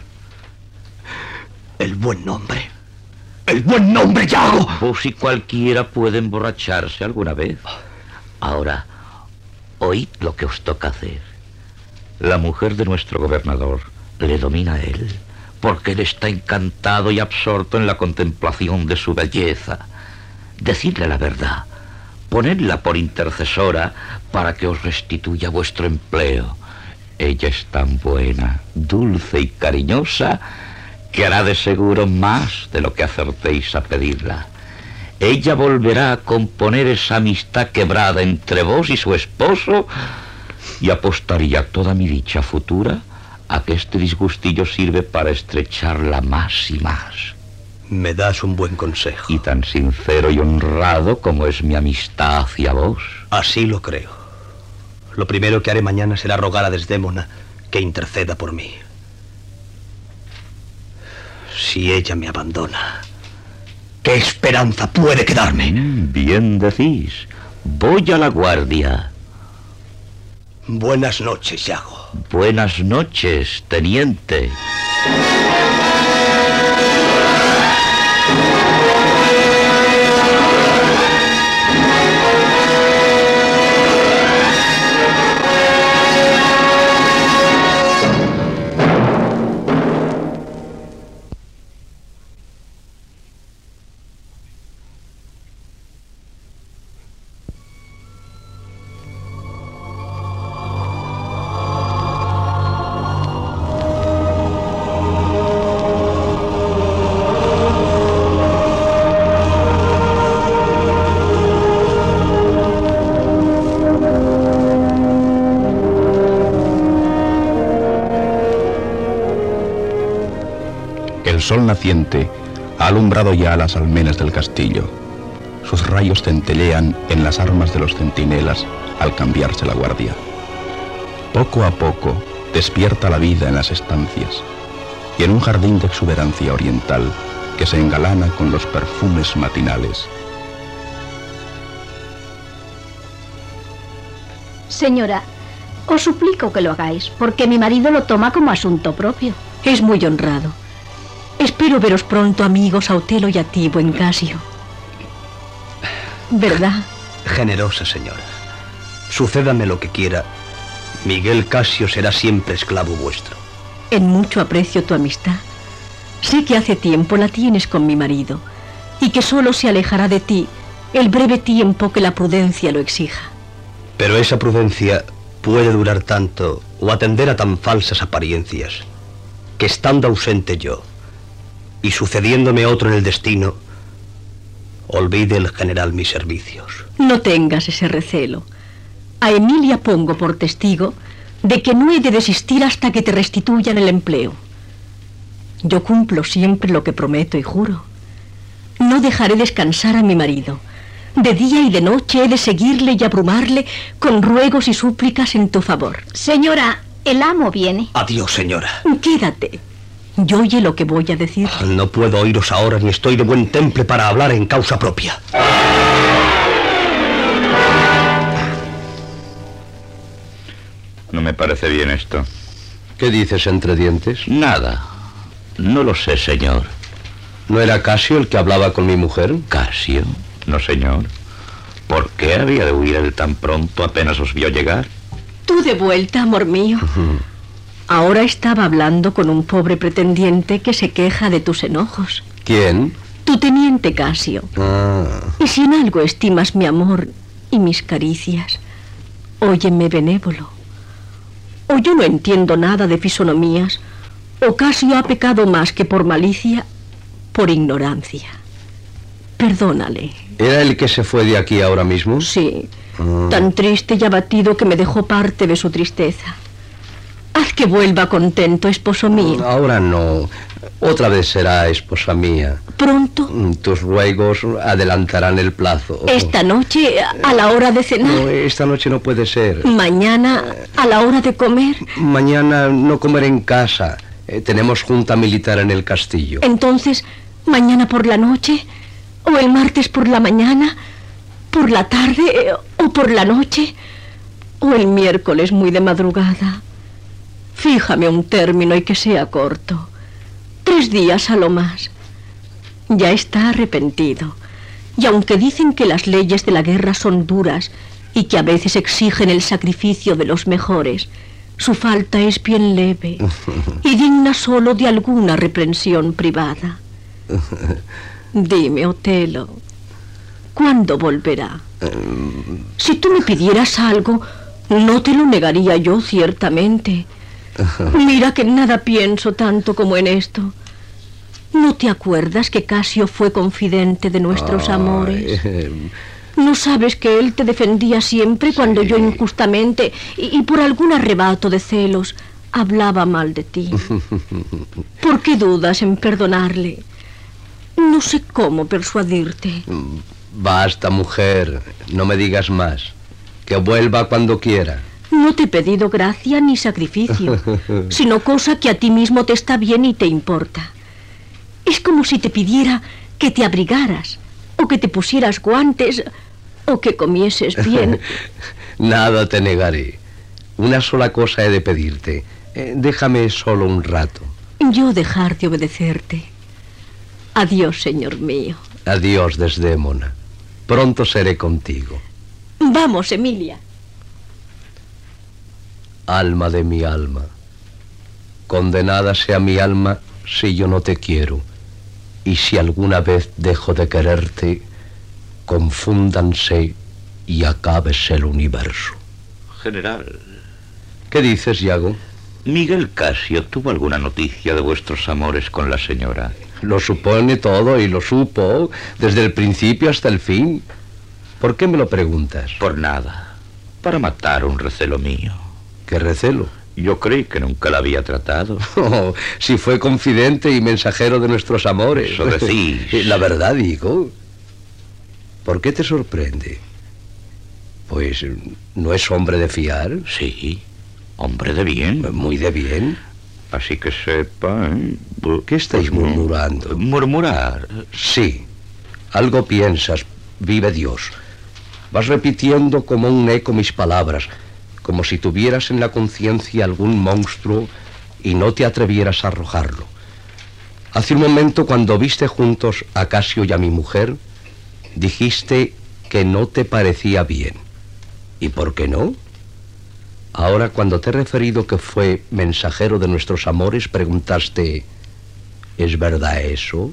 El buen nombre. ¡El buen nombre, Yago! Vos y cualquiera puede emborracharse alguna vez. Ahora, oíd lo que os toca hacer. La mujer de nuestro gobernador le domina a él, porque él está encantado y absorto en la contemplación de su belleza. Decidle la verdad, ponedla por intercesora para que os restituya vuestro empleo. Ella es tan buena, dulce y cariñosa que hará de seguro más de lo que acertéis a pedirla. Ella volverá a componer esa amistad quebrada entre vos y su esposo, y apostaría toda mi dicha futura a que este disgustillo sirve para estrecharla más y más. Me das un buen consejo. Y tan sincero y honrado como es mi amistad hacia vos. Así lo creo. Lo primero que haré mañana será rogar a Desdémona que interceda por mí. Si ella me abandona, ¿qué esperanza puede quedarme? Mm, bien decís. Voy a la guardia. Buenas noches, Yago. Buenas noches, teniente. El sol naciente ha alumbrado ya las almenas del castillo. Sus rayos centellean en las armas de los centinelas al cambiarse la guardia. Poco a poco despierta la vida en las estancias y en un jardín de exuberancia oriental que se engalana con los perfumes matinales. Señora, os suplico que lo hagáis, porque mi marido lo toma como asunto propio. Es muy honrado. Espero veros pronto, amigos, a Otelo y a ti, buen Casio. ¿Verdad? Generosa señora, sucédame lo que quiera, Miguel Casio será siempre esclavo vuestro. En mucho aprecio tu amistad. Sé que hace tiempo la tienes con mi marido y que solo se alejará de ti el breve tiempo que la prudencia lo exija. Pero esa prudencia puede durar tanto o atender a tan falsas apariencias que estando ausente yo y sucediéndome otro en el destino, olvide el general mis servicios. No tengas ese recelo. A Emilia pongo por testigo de que no he de desistir hasta que te restituyan el empleo. Yo cumplo siempre lo que prometo y juro. No dejaré descansar a mi marido. De día y de noche he de seguirle y abrumarle con ruegos y súplicas en tu favor. Señora, el amo viene. Adiós, señora. Quédate. Y oye lo que voy a decir. No puedo oíros ahora, ni estoy de buen temple para hablar en causa propia. No me parece bien esto. ¿Qué dices entre dientes? Nada. No lo sé, señor. ¿No era Casio el que hablaba con mi mujer? ¿Casio? No, señor. ¿Por qué había de huir él tan pronto apenas os vio llegar? Tú de vuelta, amor mío. Uh-huh. Ahora estaba hablando con un pobre pretendiente que se queja de tus enojos. ¿Quién? Tu teniente Casio. Ah. Y si en algo estimas mi amor y mis caricias, óyeme benévolo. O yo no entiendo nada de fisonomías, o Casio ha pecado más que por malicia, por ignorancia. Perdónale. ¿Era el que se fue de aquí ahora mismo? Sí, ah. Tan triste y abatido que me dejó parte de su tristeza. Haz Que vuelva contento, esposo mío. Ahora no. Otra vez será esposa mía. ¿Pronto? Tus ruegos adelantarán el plazo. Esta noche, a la hora de cenar. No, esta noche no puede ser. Mañana, a la hora de comer. Mañana no comeré en casa. Eh, tenemos junta militar en el castillo. Entonces, mañana por la noche, o el martes por la mañana, por la tarde, eh, o por la noche, o el miércoles muy de madrugada. Fíjame un término y que sea corto. Tres días a lo más. Ya está arrepentido. Y aunque dicen que las leyes de la guerra son duras y que a veces exigen el sacrificio de los mejores, su falta es bien leve y digna solo de alguna reprensión privada. Dime, Otelo, ¿cuándo volverá? Si tú me pidieras algo, no te lo negaría yo, ciertamente. Mira que en nada pienso tanto como en esto. ¿No te acuerdas que Casio fue confidente de nuestros Ay, amores? Eh... ¿No sabes que él te defendía siempre sí. cuando yo injustamente y, y por algún arrebato de celos hablaba mal de ti? ¿Por qué dudas en perdonarle? No sé cómo persuadirte. Basta, mujer, no me digas más. Que vuelva cuando quiera. No te he pedido gracia ni sacrificio, sino cosa que a ti mismo te está bien y te importa. Es como si te pidiera que te abrigaras, o que te pusieras guantes, o que comieses bien. Nada te negaré. Una sola cosa he de pedirte. Eh, déjame solo un rato. Yo dejar de obedecerte. Adiós, señor mío. Adiós, Desdémona. Pronto seré contigo. Vamos, Emilia. Alma de mi alma, condenada sea mi alma si yo no te quiero, y si alguna vez dejo de quererte, confúndanse y acábese el universo. General. ¿Qué dices, Iago? Miguel Casio tuvo alguna noticia de vuestros amores con la señora. Lo supone todo y lo supo desde el principio hasta el fin. ¿Por qué me lo preguntas? Por nada. Para matar un recelo mío. ¿Qué recelo? Yo creí que nunca la había tratado. Oh, si fue confidente y mensajero de nuestros amores. Eso decís. La verdad, digo. ¿Por qué te sorprende? Pues, ¿no es hombre de fiar? Sí, hombre de bien. Muy de bien. Así que sepa... ¿eh? ¿Qué estáis pues, murmurando? ¿Murmurar? Sí. Algo piensas, vive Dios. Vas repitiendo como un eco mis palabras, como si tuvieras en la conciencia algún monstruo y no te atrevieras a arrojarlo. Hace un momento, cuando viste juntos a Casio y a mi mujer, dijiste que no te parecía bien. ¿Y por qué no? Ahora, cuando te he referido que fue mensajero de nuestros amores, preguntaste, ¿es verdad eso?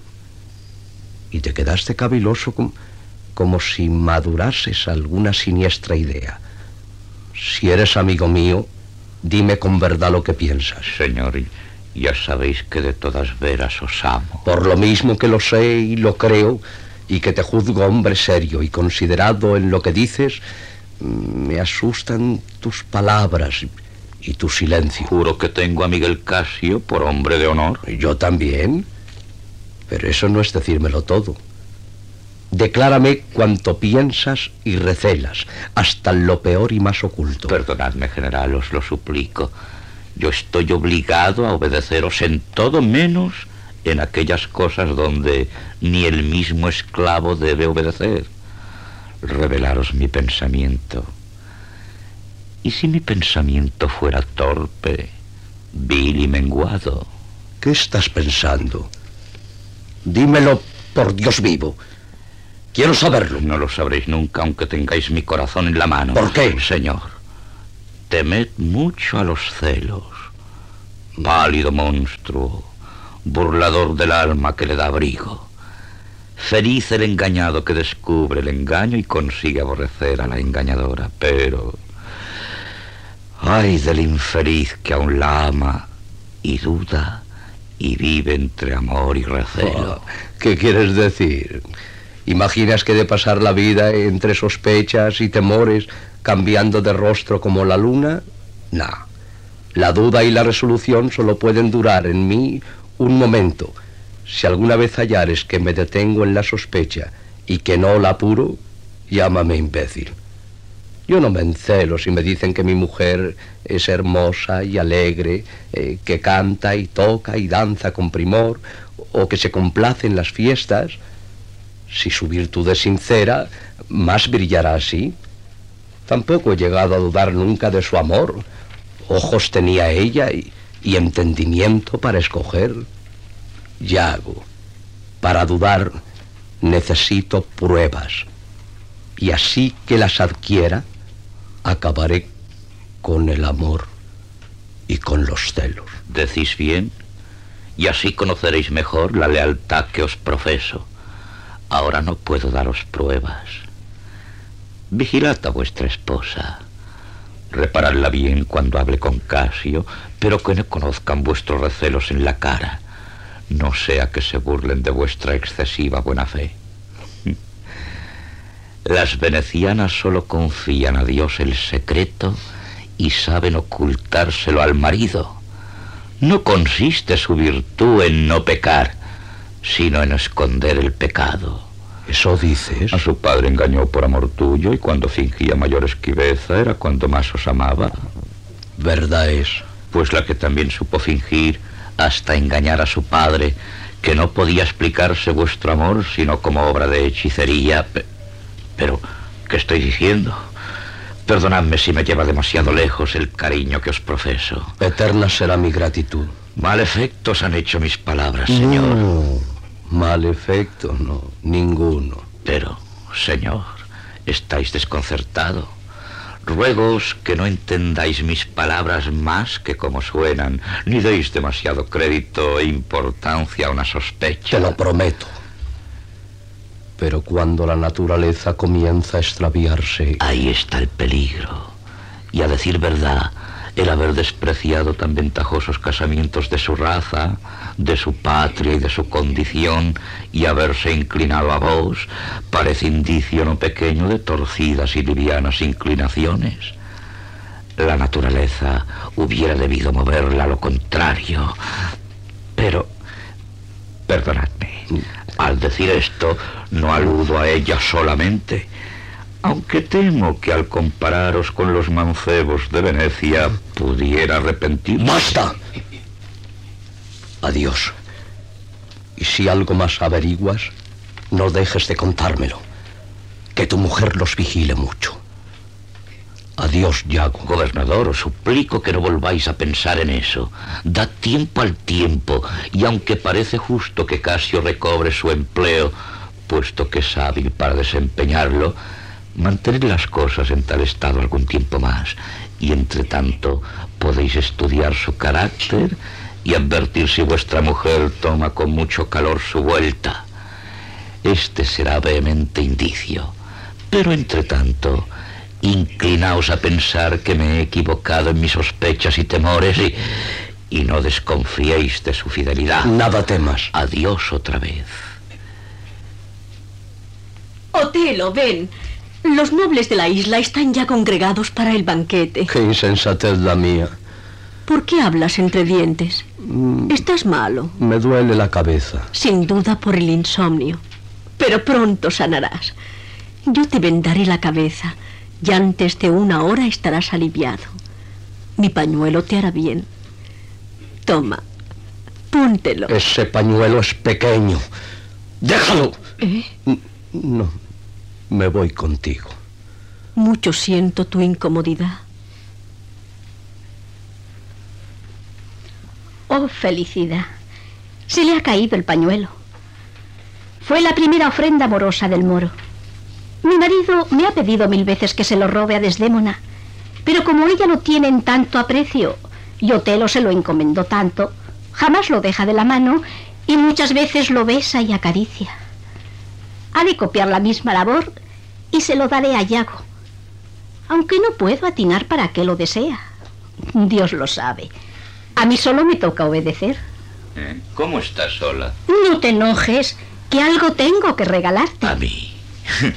Y te quedaste caviloso como, como si madurases alguna siniestra idea. Si eres amigo mío, dime con verdad lo que piensas. Señor, ya sabéis que de todas veras os amo. Por lo mismo que lo sé y lo creo, y que te juzgo hombre serio y considerado en lo que dices, me asustan tus palabras y tu silencio. Juro que tengo a Miguel Casio por hombre de honor. Yo también, pero eso no es decírmelo todo. Declárame cuanto piensas y recelas, hasta lo peor y más oculto. Perdonadme, general, os lo suplico. Yo estoy obligado a obedeceros en todo, menos en aquellas cosas donde ni el mismo esclavo debe obedecer. Revelaros mi pensamiento. ¿Y si mi pensamiento fuera torpe, vil y menguado? ¿Qué estás pensando? Dímelo por Dios vivo. Quiero saberlo. No lo sabréis nunca, aunque tengáis mi corazón en la mano. ¿Por qué? Señor, temed mucho a los celos. Pálido monstruo, burlador del alma que le da abrigo. Feliz el engañado que descubre el engaño y consigue aborrecer a la engañadora. Pero... ay del infeliz que aún la ama y duda y vive entre amor y recelo. Oh, ¿qué quieres decir? ¿Imaginas que he de pasar la vida entre sospechas y temores, cambiando de rostro como la luna? No. La duda y la resolución solo pueden durar en mí un momento. Si alguna vez hallares que me detengo en la sospecha y que no la apuro, llámame imbécil. Yo no me encelo si me dicen que mi mujer es hermosa y alegre, eh, que canta y toca y danza con primor, o que se complace en las fiestas. Si su virtud es sincera, más brillará así. Tampoco he llegado a dudar nunca de su amor. Ojos tenía ella y, y entendimiento para escoger. Yago, para dudar necesito pruebas. Y así que las adquiera, acabaré con el amor y con los celos. Decís bien, y así conoceréis mejor la lealtad que os profeso. Ahora no puedo daros pruebas. Vigilad a vuestra esposa. Reparadla bien cuando hable con Casio, pero que no conozcan vuestros recelos en la cara. No sea que se burlen de vuestra excesiva buena fe. Las venecianas solo confían a Dios el secreto y saben ocultárselo al marido. No consiste su virtud en no pecar, sino en esconder el pecado. ¿Eso dices? A su padre engañó por amor tuyo y cuando fingía mayor esquiveza era cuando más os amaba. Verdad es. Pues la que también supo fingir hasta engañar a su padre, que no podía explicarse vuestro amor sino como obra de hechicería. Pero, ¿qué estoy diciendo? Perdonadme si me lleva demasiado lejos el cariño que os profeso. Eterna será mi gratitud. Mal efecto os han hecho mis palabras, señor. No, mal efecto, no, ninguno. Pero, señor, estáis desconcertado. Ruegoos que no entendáis mis palabras más que como suenan, ni deis demasiado crédito e importancia a una sospecha. Te lo prometo. Pero cuando la naturaleza comienza a extraviarse... Ahí está el peligro. Y a decir verdad, el haber despreciado tan ventajosos casamientos de su raza, de su patria y de su condición, y haberse inclinado a vos, parece indicio no pequeño de torcidas y livianas inclinaciones. La naturaleza hubiera debido moverla a lo contrario. Pero, perdonadme, al decir esto, no aludo a ella solamente, aunque temo que al compararos con los mancebos de Venecia pudiera arrepentirme. ¡Basta! Adiós. Y si algo más averiguas, no dejes de contármelo. Que tu mujer los vigile mucho. Adiós, Yago. Gobernador, os suplico que no volváis a pensar en eso. Dad tiempo al tiempo, y aunque parece justo que Casio recobre su empleo, puesto que es hábil para desempeñarlo, mantened las cosas en tal estado algún tiempo más, y entre tanto podéis estudiar su carácter y advertir si vuestra mujer toma con mucho calor su vuelta. Este será vehemente indicio, pero entre tanto, inclinaos a pensar que me he equivocado en mis sospechas y temores y, y no desconfiéis de su fidelidad. Nada temas. Adiós otra vez. Otelo, ven. Los nobles de la isla están ya congregados para el banquete. Qué insensatez la mía. ¿Por qué hablas entre dientes? Mm, ¿Estás malo? Me duele la cabeza. Sin duda por el insomnio. Pero pronto sanarás. Yo te vendaré la cabeza y antes de una hora estarás aliviado. Mi pañuelo te hará bien. Toma, póntelo. Ese pañuelo es pequeño. ¡Déjalo! ¿Eh? No, me voy contigo. Mucho siento tu incomodidad. Oh, felicidad. Se le ha caído el pañuelo. Fue la primera ofrenda amorosa del moro. Mi marido me ha pedido mil veces que se lo robe a Desdémona, pero como ella lo tiene en tanto aprecio y Otelo se lo encomendó tanto, jamás lo deja de la mano y muchas veces lo besa y acaricia. Ha de copiar la misma labor y se lo daré a Yago, aunque no puedo atinar para qué lo desea. Dios lo sabe. A mí solo me toca obedecer. ¿Eh? ¿Cómo estás sola? No te enojes, que algo tengo que regalarte. A mí.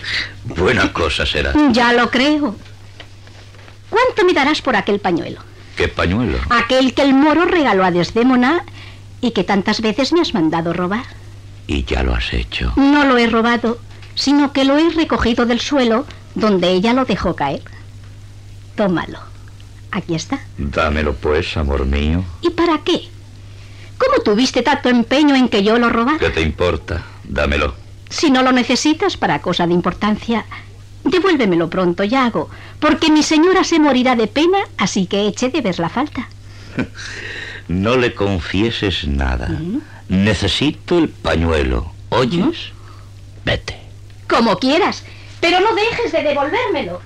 Buena cosa será. Ya lo creo. ¿Cuánto me darás por aquel pañuelo? ¿Qué pañuelo? Aquel que el moro regaló a Desdémona y que tantas veces me has mandado robar. ¿Y ya lo has hecho? No lo he robado, sino que lo he recogido del suelo donde ella lo dejó caer. Tómalo. Aquí está. Dámelo pues, amor mío. ¿Y para qué? ¿Cómo tuviste tanto empeño en que yo lo robara? ¿Qué te importa? Dámelo. Si no lo necesitas para cosa de importancia, devuélvemelo pronto, Yago, porque mi señora se morirá de pena, así que eche de ver la falta. No le confieses nada. ¿Mm? Necesito el pañuelo. ¿Oyes? ¿Mm? Vete. Como quieras, pero no dejes de devolvérmelo.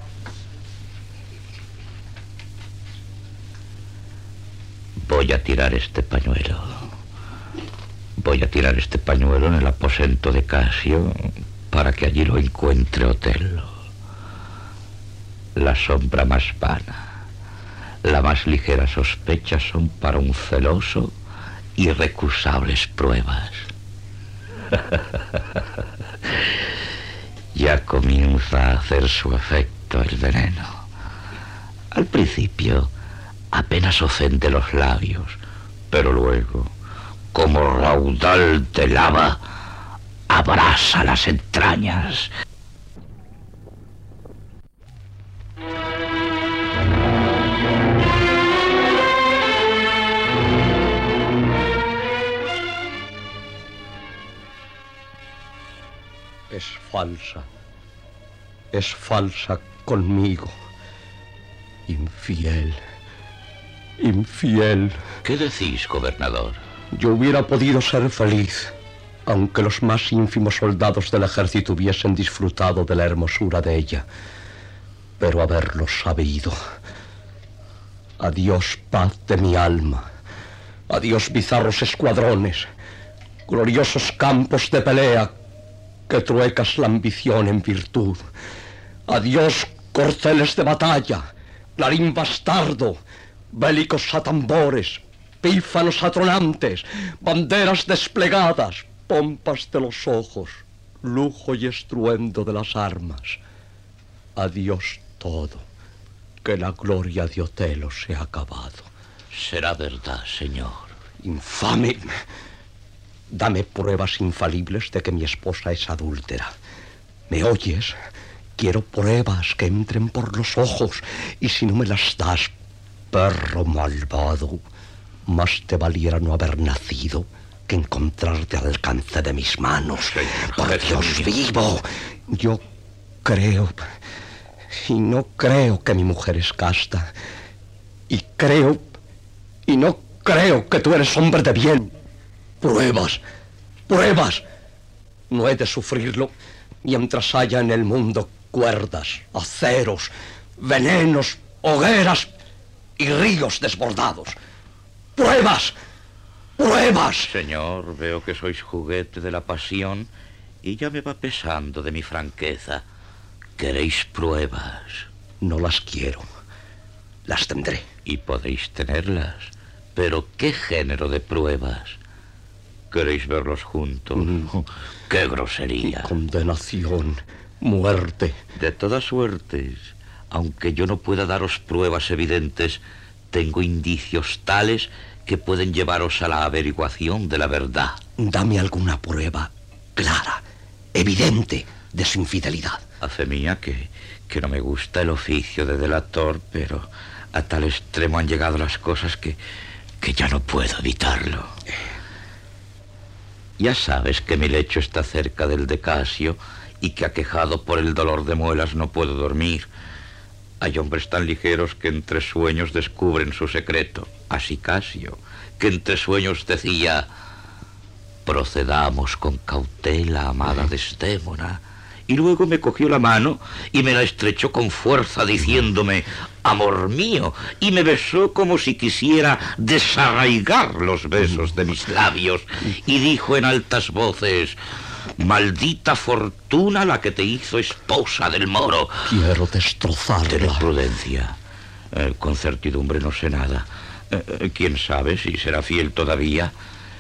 Voy a tirar este pañuelo. Voy a tirar este pañuelo en el aposento de Casio para que allí lo encuentre Otello. La sombra más vana, la más ligera sospecha son para un celoso irrecusables pruebas. Ya comienza a hacer su efecto el veneno. Al principio apenas ofende los labios, pero luego, como raudal de lava, abrasa las entrañas. Es falsa. Es falsa conmigo. Infiel. Infiel. ¿Qué decís, gobernador? Yo hubiera podido ser feliz, aunque los más ínfimos soldados del ejército hubiesen disfrutado de la hermosura de ella. Pero haberlo sabido. Adiós, paz de mi alma. Adiós, bizarros escuadrones. Gloriosos campos de pelea que truecas la ambición en virtud. Adiós, corceles de batalla, clarín bastardo, bélicos a tambores, pífanos atronantes, banderas desplegadas, pompas de los ojos, lujo y estruendo de las armas. Adiós todo, que la gloria de Otello se ha acabado. Será verdad, señor. Infame. Dame pruebas infalibles de que mi esposa es adúltera. ¿Me oyes? Quiero pruebas que entren por los ojos, y si no me las das, perro malvado, más te valiera no haber nacido que encontrarte al alcance de mis manos. Señor, por Dios vivo, yo creo, y no creo que mi mujer es casta, y creo, y no creo que tú eres hombre de bien. Pruebas, pruebas. No he de sufrirlo mientras haya en el mundo cuerdas, aceros, venenos, hogueras y ríos desbordados. ¡Pruebas! ¡Pruebas! Señor, veo que sois juguete de la pasión y ya me va pesando de mi franqueza. ¿Queréis pruebas? No las quiero. Las tendré. Y podéis tenerlas. Pero ¿qué género de pruebas? ¿Queréis verlos juntos? Mm. ¡Qué grosería! Condenación, muerte. De todas suertes, aunque yo no pueda daros pruebas evidentes, tengo indicios tales que pueden llevaros a la averiguación de la verdad. Dame alguna prueba clara, evidente, de su infidelidad. A fe mía que, que no me gusta el oficio de delator, pero a tal extremo han llegado las cosas que, que ya no puedo evitarlo. Ya sabes que mi lecho está cerca del de Casio y que aquejado por el dolor de muelas no puedo dormir. Hay hombres tan ligeros que entre sueños descubren su secreto. Así Casio, que entre sueños decía: procedamos con cautela, amada Desdémona. Y luego me cogió la mano y me la estrechó con fuerza diciéndome: amor mío, y me besó como si quisiera desarraigar los besos de mis labios, y dijo en altas voces: maldita fortuna la que te hizo esposa del moro. Quiero destrozarla. Tened prudencia. Eh, con certidumbre no sé nada. Eh, ¿Quién sabe si será fiel todavía?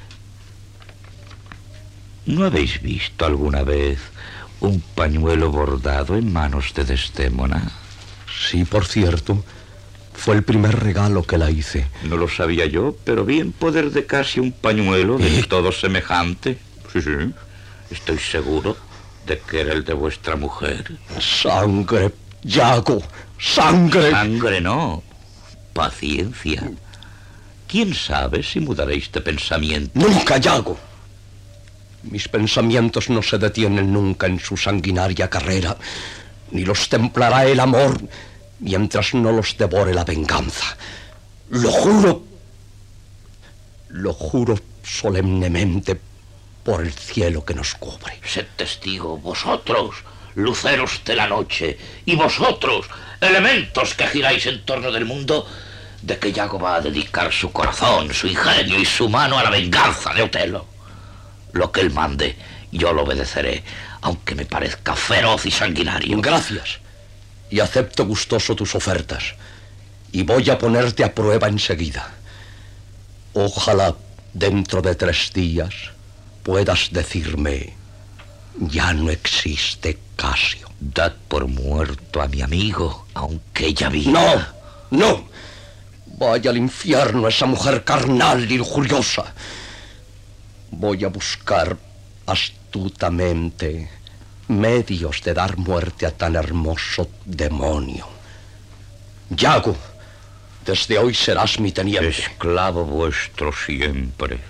¿No habéis visto alguna vez un pañuelo bordado en manos de Desdémona? Sí, por cierto. Fue el primer regalo que la hice. No lo sabía yo, pero vi en poder de Casio un pañuelo de todo semejante. Sí, sí. Estoy seguro de que era el de vuestra mujer. Sangre, Yago, sangre. Sangre no. Paciencia. ¿Quién sabe si mudaréis de pensamiento? Nunca, Yago. Mis pensamientos no se detienen nunca en su sanguinaria carrera, ni los templará el amor mientras no los devore la venganza. Lo juro, lo juro solemnemente por el cielo que nos cubre. Sed testigo, vosotros, luceros de la noche, y vosotros, elementos que giráis en torno del mundo, de que Yago va a dedicar su corazón, su ingenio y su mano a la venganza de Otelo. Lo que él mande, yo lo obedeceré, aunque me parezca feroz y sanguinario. Gracias. Y acepto gustoso tus ofertas. Y voy a ponerte a prueba enseguida. Ojalá dentro de tres días puedas decirme: ya no existe Casio. Dad por muerto a mi amigo, aunque ella viva. No, no. Vaya al infierno esa mujer carnal y lujuriosa. Voy a buscar astutamente medios de dar muerte a tan hermoso demonio. Yago, desde hoy serás mi teniente. Esclavo vuestro siempre.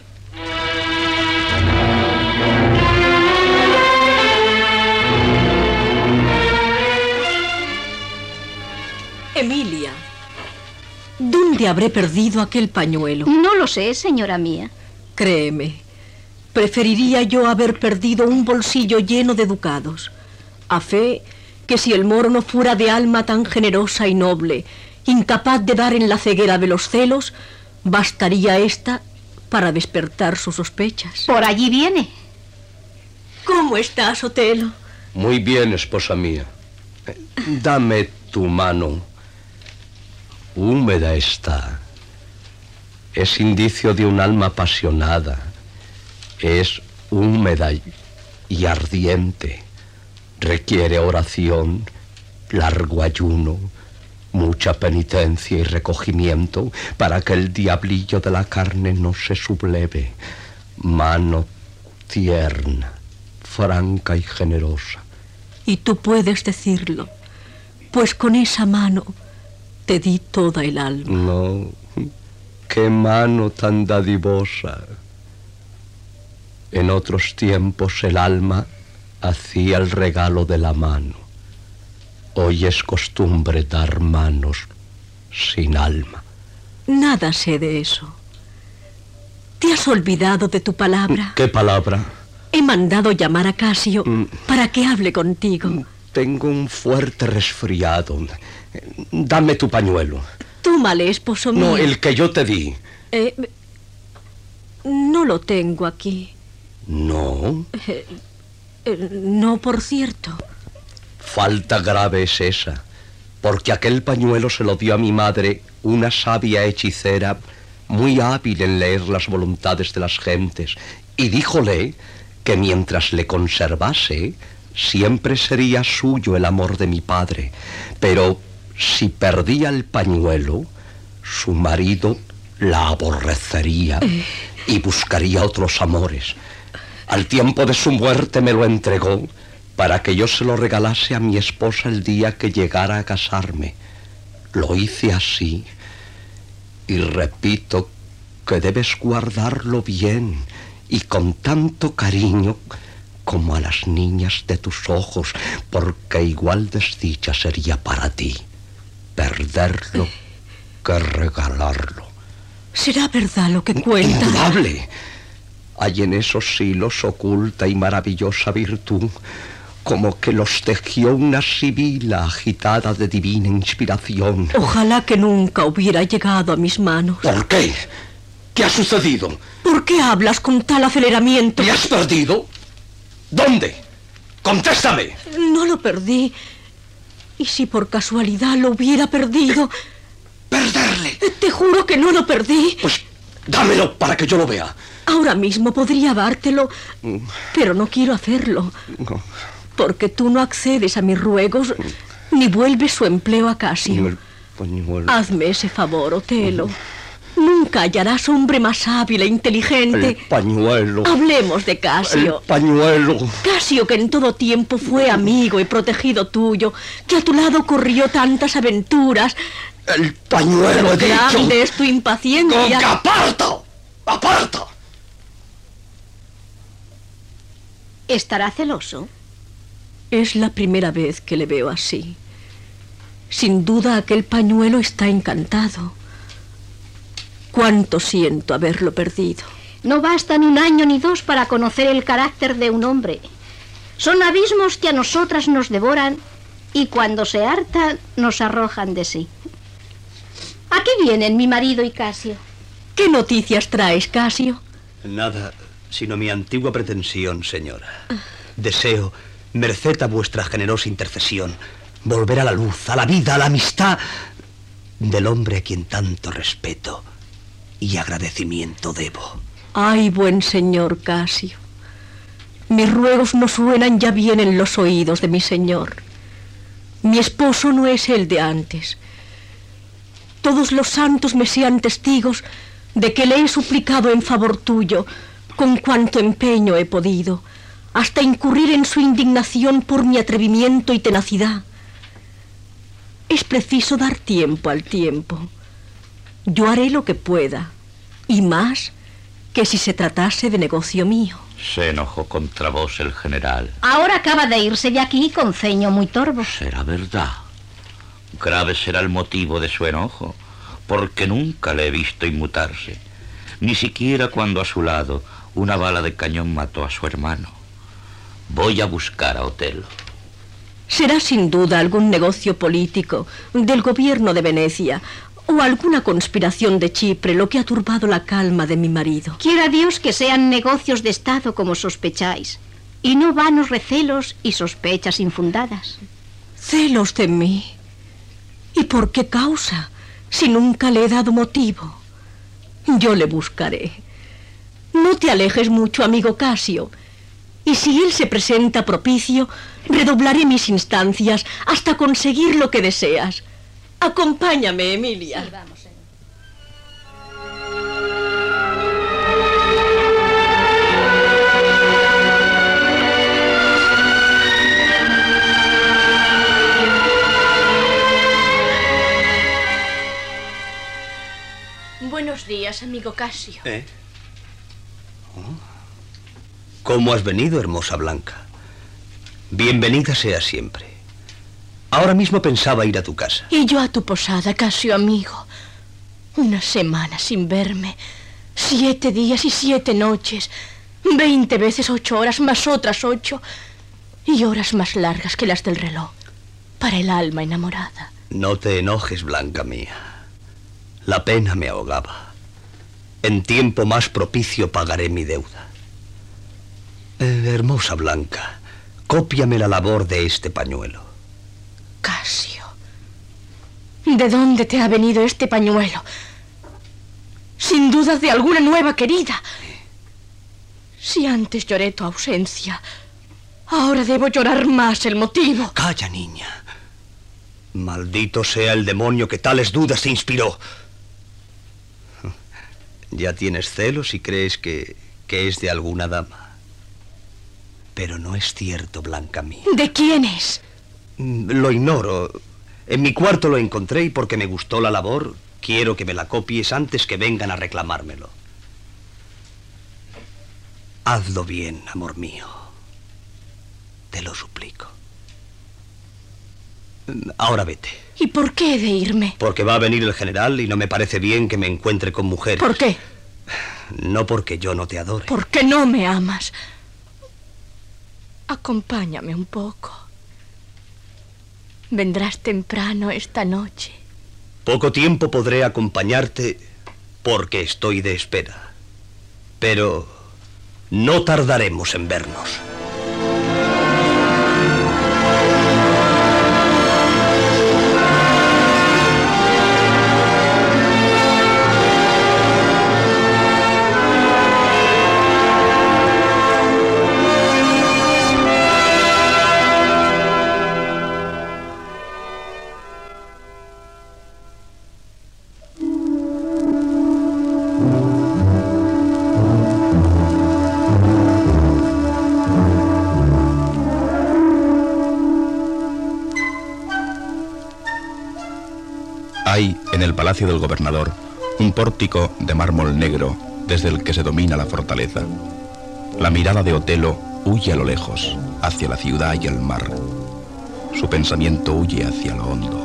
Emilia, ¿dónde habré perdido aquel pañuelo? No lo sé, señora mía. Créeme, preferiría yo haber perdido un bolsillo lleno de ducados, a fe que si el moro no fuera de alma tan generosa y noble, incapaz de dar en la ceguera de los celos, bastaría esta para despertar sus sospechas. Por allí viene. ¿Cómo estás, Otelo? Muy bien, esposa mía. Dame tu mano. Húmeda está. Es indicio de un alma apasionada. Es húmeda y ardiente. Requiere oración, largo ayuno, mucha penitencia y recogimiento para que el diablillo de la carne no se subleve. Mano tierna, franca y generosa. Y tú puedes decirlo, pues con esa mano te di toda el alma. No, qué mano tan dadivosa. En otros tiempos el alma hacía el regalo de la mano. Hoy es costumbre dar manos sin alma. Nada sé de eso. ¿Te has olvidado de tu palabra? ¿Qué palabra? He mandado llamar a Casio mm. para que hable contigo. Tengo un fuerte resfriado. Dame tu pañuelo. Tómale, esposo mío. No, el que yo te di. Eh, no lo tengo aquí. ¿No? Eh, eh, no, por cierto. Falta grave es esa, porque aquel pañuelo se lo dio a mi madre, una sabia hechicera muy hábil en leer las voluntades de las gentes, y díjole que mientras le conservase, siempre sería suyo el amor de mi padre, pero si perdía el pañuelo, su marido la aborrecería y buscaría otros amores. Al tiempo de su muerte me lo entregó para que yo se lo regalase a mi esposa el día que llegara a casarme. Lo hice así y repito que debes guardarlo bien y con tanto cariño como a las niñas de tus ojos, porque igual desdicha sería para ti perderlo que regalarlo. ¿Será verdad lo que cuenta? Indudable. Hay en esos hilos oculta y maravillosa virtud, como que los tejió una sibila agitada de divina inspiración. Ojalá que nunca hubiera llegado a mis manos. ¿Por qué? ¿Qué ha sucedido? ¿Por qué hablas con tal aceleramiento? ¿Me has perdido? ¿Dónde? ¡Contéstame! No lo perdí. ¿Y si por casualidad lo hubiera perdido? ¿Perderle? Te juro que no lo perdí. Pues dámelo para que yo lo vea. Ahora mismo podría dártelo, pero no quiero hacerlo. No. Porque tú no accedes a mis ruegos ni vuelves su empleo a Casio. pañuelo. Hazme ese favor, Otelo. Nunca hallarás hombre más hábil e inteligente. El pañuelo. Hablemos de Casio. El pañuelo. Casio, que en todo tiempo fue amigo y protegido tuyo, que a tu lado corrió tantas aventuras. El pañuelo, he dicho. Grande es tu impaciencia. ¡Que aparta! ¡Aparta! ¿Estará celoso? Es la primera vez que le veo así. Sin duda aquel pañuelo está encantado. Cuánto siento haberlo perdido. No bastan un año ni dos para conocer el carácter de un hombre. Son abismos que a nosotras nos devoran y cuando se hartan nos arrojan de sí. ¿A qué vienen mi marido y Casio? ¿Qué noticias traes, Casio? Nada, sino mi antigua pretensión, señora. Deseo, merced a vuestra generosa intercesión, volver a la luz, a la vida, a la amistad del hombre a quien tanto respeto y agradecimiento debo. Ay, buen señor Casio, mis ruegos no suenan ya bien en los oídos de mi señor. Mi esposo no es el de antes. Todos los santos me sean testigos de que le he suplicado en favor tuyo con cuanto empeño he podido, hasta incurrir en su indignación por mi atrevimiento y tenacidad. Es preciso dar tiempo al tiempo. Yo haré lo que pueda, y más que si se tratase de negocio mío. Se enojó contra vos el general. Ahora acaba de irse de aquí con ceño muy torvo. Será verdad. Grave será el motivo de su enojo, porque nunca le he visto inmutarse, ni siquiera cuando a su lado una bala de cañón mató a su hermano. Voy a buscar a Otelo. Será sin duda algún negocio político del gobierno de Venecia o alguna conspiración de Chipre lo que ha turbado la calma de mi marido. Quiera Dios que sean negocios de Estado como sospecháis, y no vanos recelos y sospechas infundadas. ¿Celos de mí? ¿Y por qué causa, si nunca le he dado motivo? Yo le buscaré. No te alejes mucho, amigo Casio, y si él se presenta propicio, redoblaré mis instancias hasta conseguir lo que deseas. Acompáñame, Emilia. Sí, vamos. Buenos días, amigo Casio. ¿Eh? Oh. ¿Cómo has venido, hermosa Blanca? Bienvenida sea siempre. Ahora mismo pensaba ir a tu casa. Y yo a tu posada, Casio, amigo. Una semana sin verme. Siete días y siete noches. Veinte veces ocho horas más otras ocho. Y horas más largas que las del reloj. Para el alma enamorada. No te enojes, Blanca mía. La pena me ahogaba. En tiempo más propicio pagaré mi deuda. Eh, hermosa Blanca, cópiame la labor de este pañuelo. Casio, ¿de dónde te ha venido este pañuelo? Sin duda de alguna nueva querida. Si antes lloré tu ausencia, ahora debo llorar más el motivo. Calla, niña. Maldito sea el demonio que tales dudas te inspiró. Ya tienes celos y crees que, que es de alguna dama. Pero no es cierto, Blanca mía. ¿De quién es? Lo ignoro. En mi cuarto lo encontré y porque me gustó la labor, quiero que me la copies antes que vengan a reclamármelo. Hazlo bien, amor mío. Te lo suplico. Ahora vete. ¿Y por qué he de irme? Porque va a venir el general y no me parece bien que me encuentre con mujeres. ¿Por qué? No porque yo no te adore. Porque no me amas. Acompáñame un poco. Vendrás temprano esta noche. Poco tiempo podré acompañarte porque estoy de espera. Pero no tardaremos en vernos. Hay en el palacio del gobernador un pórtico de mármol negro desde el que se domina la fortaleza. La mirada de Otelo huye a lo lejos, hacia la ciudad y el mar. Su pensamiento huye hacia lo hondo.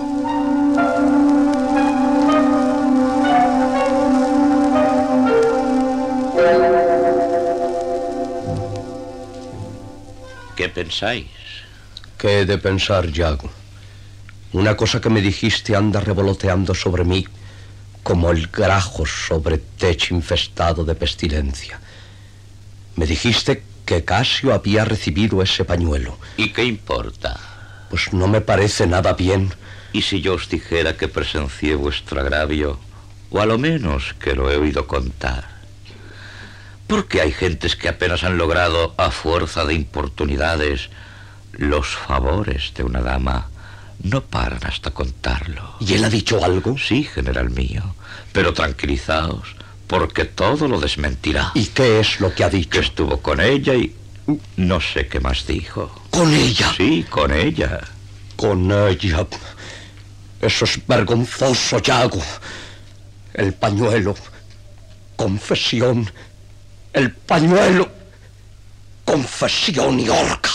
¿Qué pensáis? ¿Qué he de pensar, Yago? Una cosa que me dijiste anda revoloteando sobre mí como el grajo sobre techo infestado de pestilencia. Me dijiste que Casio había recibido ese pañuelo. ¿Y qué importa? Pues no me parece nada bien. ¿Y si yo os dijera que presencié vuestro agravio? O a lo menos que lo he oído contar. Porque hay gentes que apenas han logrado, a fuerza de importunidades, los favores de una dama. No paran hasta contarlo. ¿Y él ha dicho algo? Sí, general mío. Pero tranquilizaos, porque todo lo desmentirá. ¿Y qué es lo que ha dicho? Que estuvo con ella y no sé qué más dijo. ¿Con ella? Sí, con ella. Con ella. Eso es vergonzoso, Yago. El pañuelo. Confesión. El pañuelo. Confesión y horca.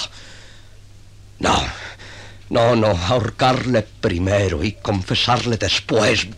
No, no, no. Ahorcarle primero y confesarle después.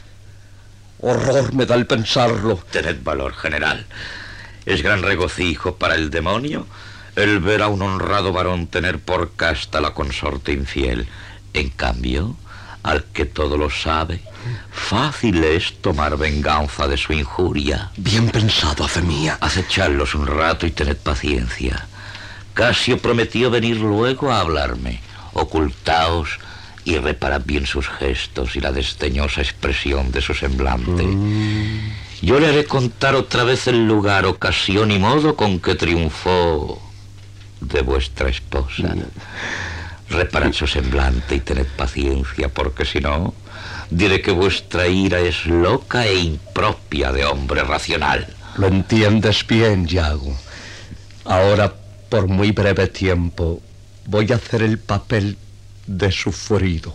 Horror me da el pensarlo. Tened valor, general. Es gran regocijo para el demonio el ver a un honrado varón tener por casta la consorte infiel. En cambio, al que todo lo sabe, fácil es tomar venganza de su injuria. Bien pensado, a fe mía. Acechadlos un rato y tened paciencia. Casio prometió venir luego a hablarme. Ocultaos y reparad bien sus gestos y la desdeñosa expresión de su semblante. Mm. Yo le haré contar otra vez el lugar, ocasión y modo con que triunfó de vuestra esposa. Mm. Reparad su semblante y tened paciencia, porque si no, diré que vuestra ira es loca e impropia de hombre racional. Lo entiendes bien, Yago. Ahora, por muy breve tiempo, voy a hacer el papel de sufrido.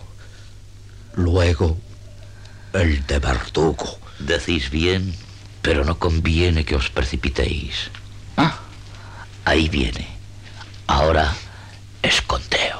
Luego, el de verdugo. Decís bien, pero no conviene que os precipitéis. Ah, ahí viene. Ahora, escondeos.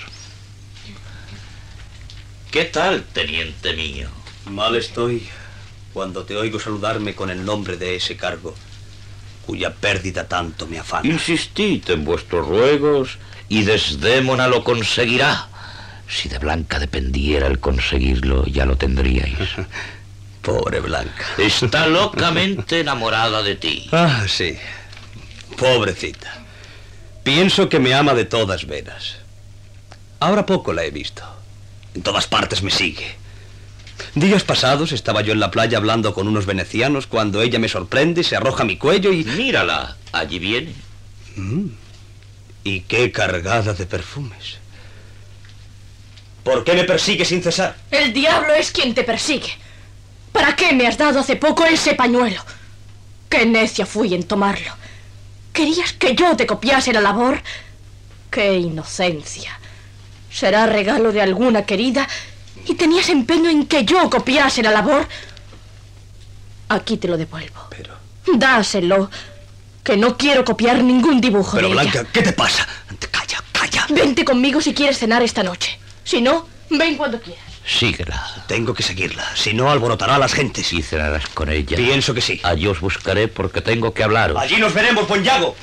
¿Qué tal, teniente mío? Mal estoy cuando te oigo saludarme con el nombre de ese cargo, cuya pérdida tanto me afana. Insistid en vuestros ruegos y Desdémona lo conseguirá. Si de Blanca dependiera el conseguirlo, ya lo tendríais. Pobre Blanca. Está locamente enamorada de ti. Ah, sí. Pobrecita. Pienso que me ama de todas veras. Ahora poco la he visto. En todas partes me sigue. Días pasados estaba yo en la playa hablando con unos venecianos cuando ella me sorprende, se arroja a mi cuello y... Mírala, allí viene. Mm. Y qué cargada de perfumes. ¿Por qué me persigue sin cesar? El diablo es quien te persigue. ¿Para qué me has dado hace poco ese pañuelo? Qué necia fui en tomarlo. ¿Querías que yo te copiase la labor? ¡Qué inocencia! ¿Será regalo de alguna querida y tenías empeño en que yo copiase la labor? Aquí te lo devuelvo. Pero... Dáselo, que no quiero copiar ningún dibujo Pero, de Blanca, ella. ¿qué te pasa? Calla, calla. Vente conmigo si quieres cenar esta noche. Si no, ven cuando quieras. Síguela. Tengo que seguirla, si no alborotará a las gentes. ¿Y cenarás con ella? Pienso que sí. Allí os buscaré porque tengo que hablaros. Allí nos veremos, buen Yago.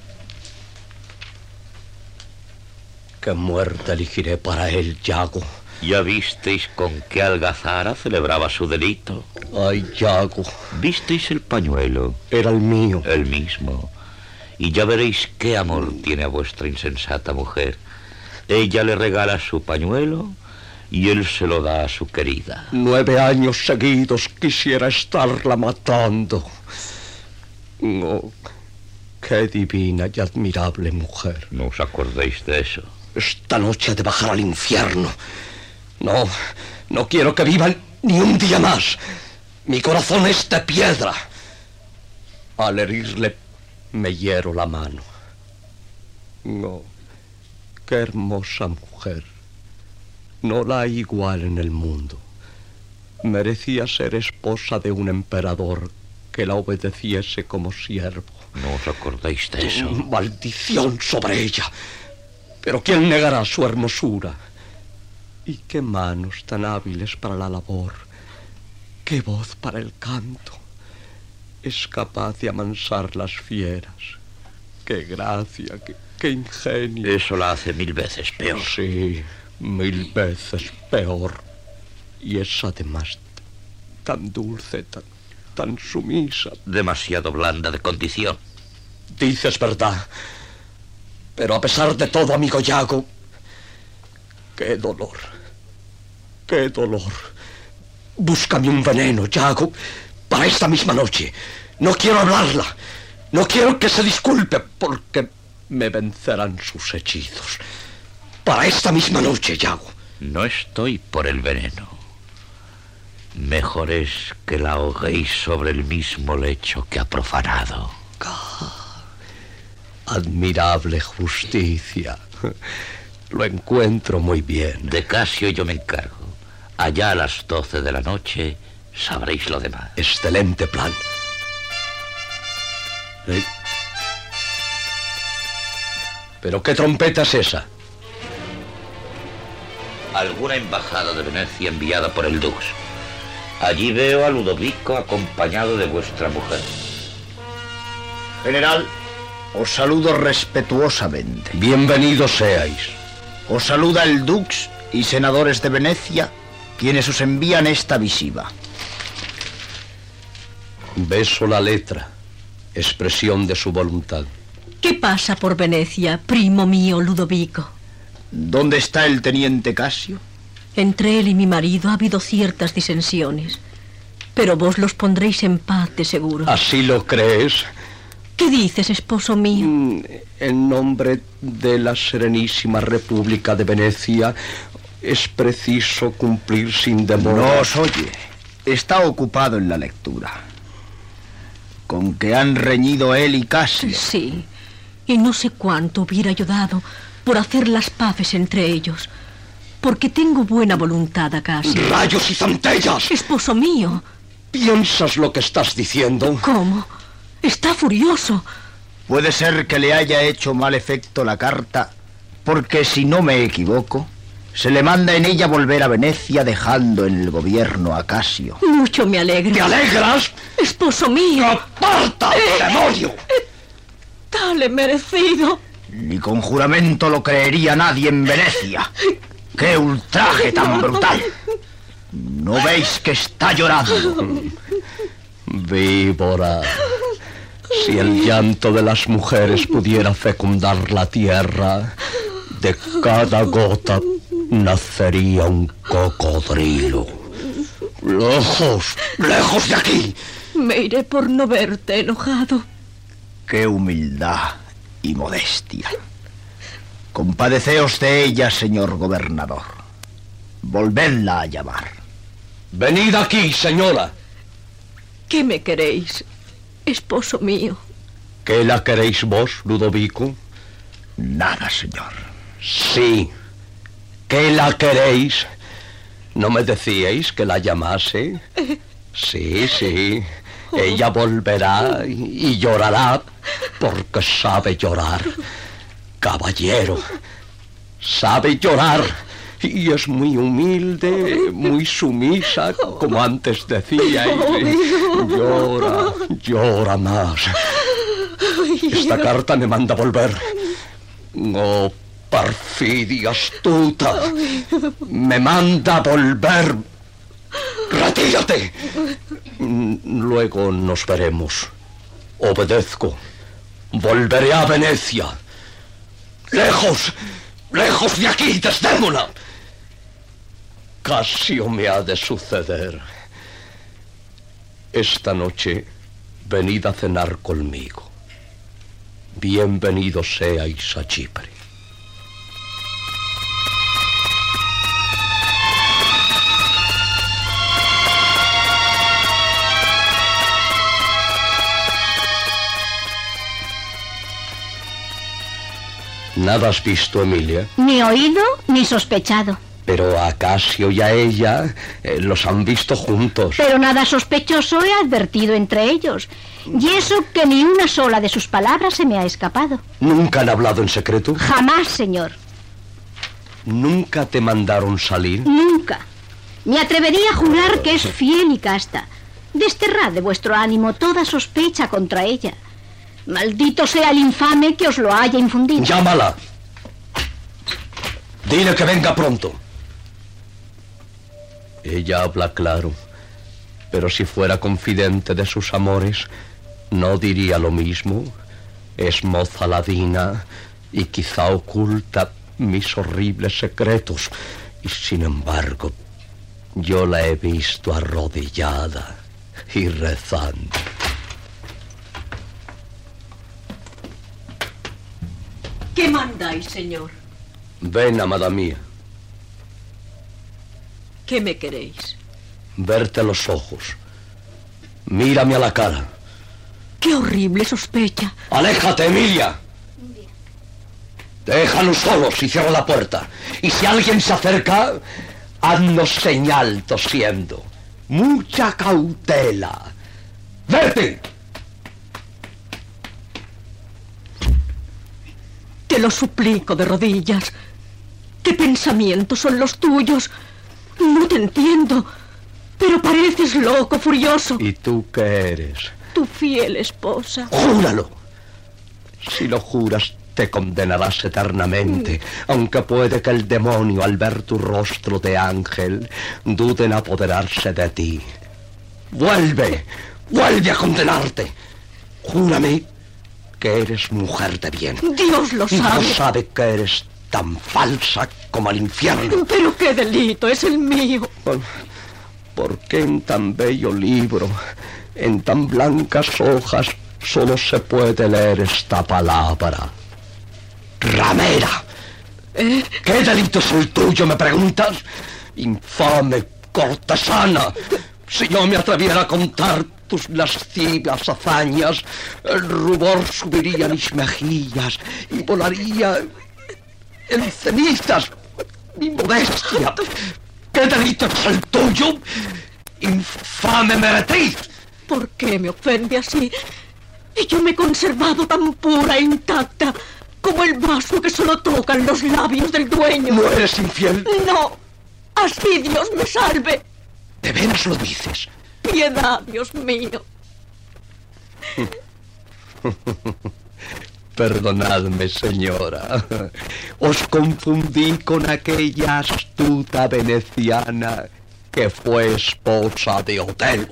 ¿Qué muerte elegiré para él, Yago? ¿Ya visteis con qué algazara celebraba su delito? Ay, Yago. ¿Visteis el pañuelo? Era el mío. El mismo. Y ya veréis qué amor tiene a vuestra insensata mujer. Ella le regala su pañuelo y él se lo da a su querida. Nueve años seguidos quisiera estarla matando. No, qué divina y admirable mujer. No os acordéis de eso. Esta noche he de bajar al infierno. No, no quiero que vivan ni un día más. Mi corazón es de piedra. Al herirle, me hiero la mano. No, qué hermosa mujer. No la hay igual en el mundo. Merecía ser esposa de un emperador que la obedeciese como siervo. ¿No os acordáis de eso? Maldición sobre ella. Pero ¿quién negará su hermosura? Y qué manos tan hábiles para la labor. Qué voz para el canto. Es capaz de amansar las fieras. Qué gracia, qué, qué ingenio. Eso la hace mil veces peor. Sí, mil veces peor. Y es además tan dulce, tan, tan sumisa. Demasiado blanda de condición. Dices verdad. Pero a pesar de todo, amigo Yago, qué dolor, qué dolor. Búscame un veneno, Yago, para esta misma noche. No quiero hablarla. No quiero que se disculpe, porque me vencerán sus hechizos. Para esta misma noche, Yago. No estoy por el veneno. Mejor es que la ahoguéis sobre el mismo lecho que ha profanado. Admirable justicia. Lo encuentro muy bien. De Casio yo me encargo. Allá a las doce de la noche sabréis lo demás. Excelente plan. ¿Eh? ¿Pero qué trompeta es esa? Alguna embajada de Venecia enviada por el Dux. Allí veo a Ludovico acompañado de vuestra mujer. General, os saludo respetuosamente. Bienvenidos seáis. Os saluda el Dux y senadores de Venecia, quienes os envían esta misiva. Beso la letra, expresión de su voluntad. ¿Qué pasa por Venecia, primo mío Ludovico? ¿Dónde está el teniente Casio? Entre él y mi marido ha habido ciertas disensiones, pero vos los pondréis en paz de seguro. ¿Así lo crees? ¿Qué dices, esposo mío? En nombre de la Serenísima República de Venecia, es preciso cumplir sin demora. No os oye. Está ocupado en la lectura. Con que han reñido él y Casio. Sí, y no sé cuánto hubiera ayudado por hacer las paces entre ellos. Porque tengo buena voluntad a Casio. ¡Rayos y centellas! Esposo mío. ¿Piensas lo que estás diciendo? ¿Cómo? Está furioso. Puede ser que le haya hecho mal efecto la carta, porque si no me equivoco, se le manda en ella volver a Venecia dejando en el gobierno a Casio. Mucho me alegra. ¿Te alegras? Esposo mío. ¡Aparta, demonio! Eh, Dale merecido. Ni con juramento lo creería nadie en Venecia. ¡Qué ultraje tan brutal! ¿No veis que está llorando? Víbora. Si el llanto de las mujeres pudiera fecundar la tierra, de cada gota nacería un cocodrilo. ¡Lejos! ¡Lejos de aquí! Me iré por no verte enojado. ¡Qué humildad y modestia! Compadeceos de ella, señor gobernador. Volvedla a llamar. Venid aquí, señora. ¿Qué me queréis, esposo mío? ¿Qué la queréis vos, Ludovico? Nada, señor. Sí. ¿Qué la queréis? ¿No me decíais que la llamase? Sí, sí. Ella volverá y llorará porque sabe llorar. Caballero, sabe llorar y es muy humilde, muy sumisa, como antes decíais. Llora, llora más. Esta carta me manda volver. Oh, perfidia astuta. Me manda volver. ¡Retírate! Luego nos veremos. Obedezco. Volveré a Venecia. ¡Lejos! ¡Lejos de aquí, Desdémona! Casio me ha de suceder. Esta noche venid a cenar conmigo. Bienvenidos seáis a Chipre. ¿Nada has visto, Emilia? Ni oído ni sospechado. Pero a Casio y a ella eh, los han visto juntos. Pero nada sospechoso he advertido entre ellos. Y eso que ni una sola de sus palabras se me ha escapado. ¿Nunca han hablado en secreto? Jamás, señor. ¿Nunca te mandaron salir? Nunca. Me atrevería a jurar que es fiel y casta. Desterrad de vuestro ánimo toda sospecha contra ella. Maldito sea el infame que os lo haya infundido. Llámala. Dile que venga pronto. Ella habla claro, pero si fuera confidente de sus amores, no diría lo mismo. Es moza ladina y quizá oculta mis horribles secretos. Y sin embargo, yo la he visto arrodillada y rezando. ¿Qué mandáis, señor? Ven, amada mía. ¿Qué me queréis? Verte a los ojos. Mírame a la cara. ¡Qué horrible sospecha! ¡Aléjate, Emilia! Déjanos solos y cierra la puerta. Y si alguien se acerca, haznos señal tosiendo. Mucha cautela. ¡Vete! Te lo suplico de rodillas. ¿Qué pensamientos son los tuyos? No te entiendo, pero pareces loco, furioso. ¿Y tú qué eres? Tu fiel esposa. ¡Júralo! Si lo juras, te condenarás eternamente, aunque puede que el demonio, al ver tu rostro de ángel, dude en apoderarse de ti. ¡Vuelve! ¡Vuelve a condenarte! Júrame que eres mujer de bien. Dios lo sabe. Dios sabe que eres tan falsa como el infierno. Pero qué delito es el mío. ¿Por, ¿por qué en tan bello libro, en tan blancas hojas, solo se puede leer esta palabra? ¡Ramera! ¿Eh? ¿Qué delito es el tuyo, me preguntas? Infame cortesana. Si yo me atreviera a contar tus lascivas hazañas, el rubor subiría a mis mejillas y volaría en cenizas mi modestia. ¿Qué delito es el tuyo, infame meretriz? ¿Por qué me ofende así? Y yo me he conservado tan pura e intacta como el vaso que solo tocan los labios del dueño. ¿No eres infiel? No. Así Dios me salve. ¿De veras lo dices? Piedad, Dios mío. Perdonadme, señora. Os confundí con aquella astuta veneciana que fue esposa de Otelo.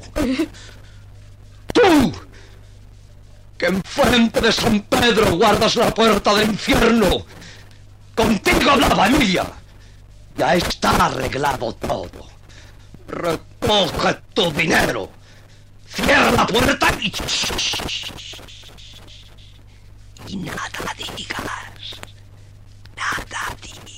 ¡Tú! Que enfrente de San Pedro guardas la puerta del infierno. Contigo hablaba, Emilia. Ya está arreglado todo. Recoge tu dinero. Cierra la puerta y... Y nada digas. Nada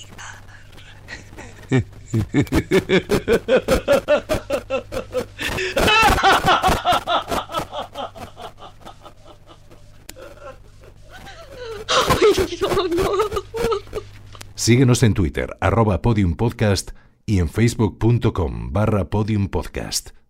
Ay, no, no. Síguenos en Twitter, arroba Podium Podcast, y en facebook punto com barra Podium Podcast.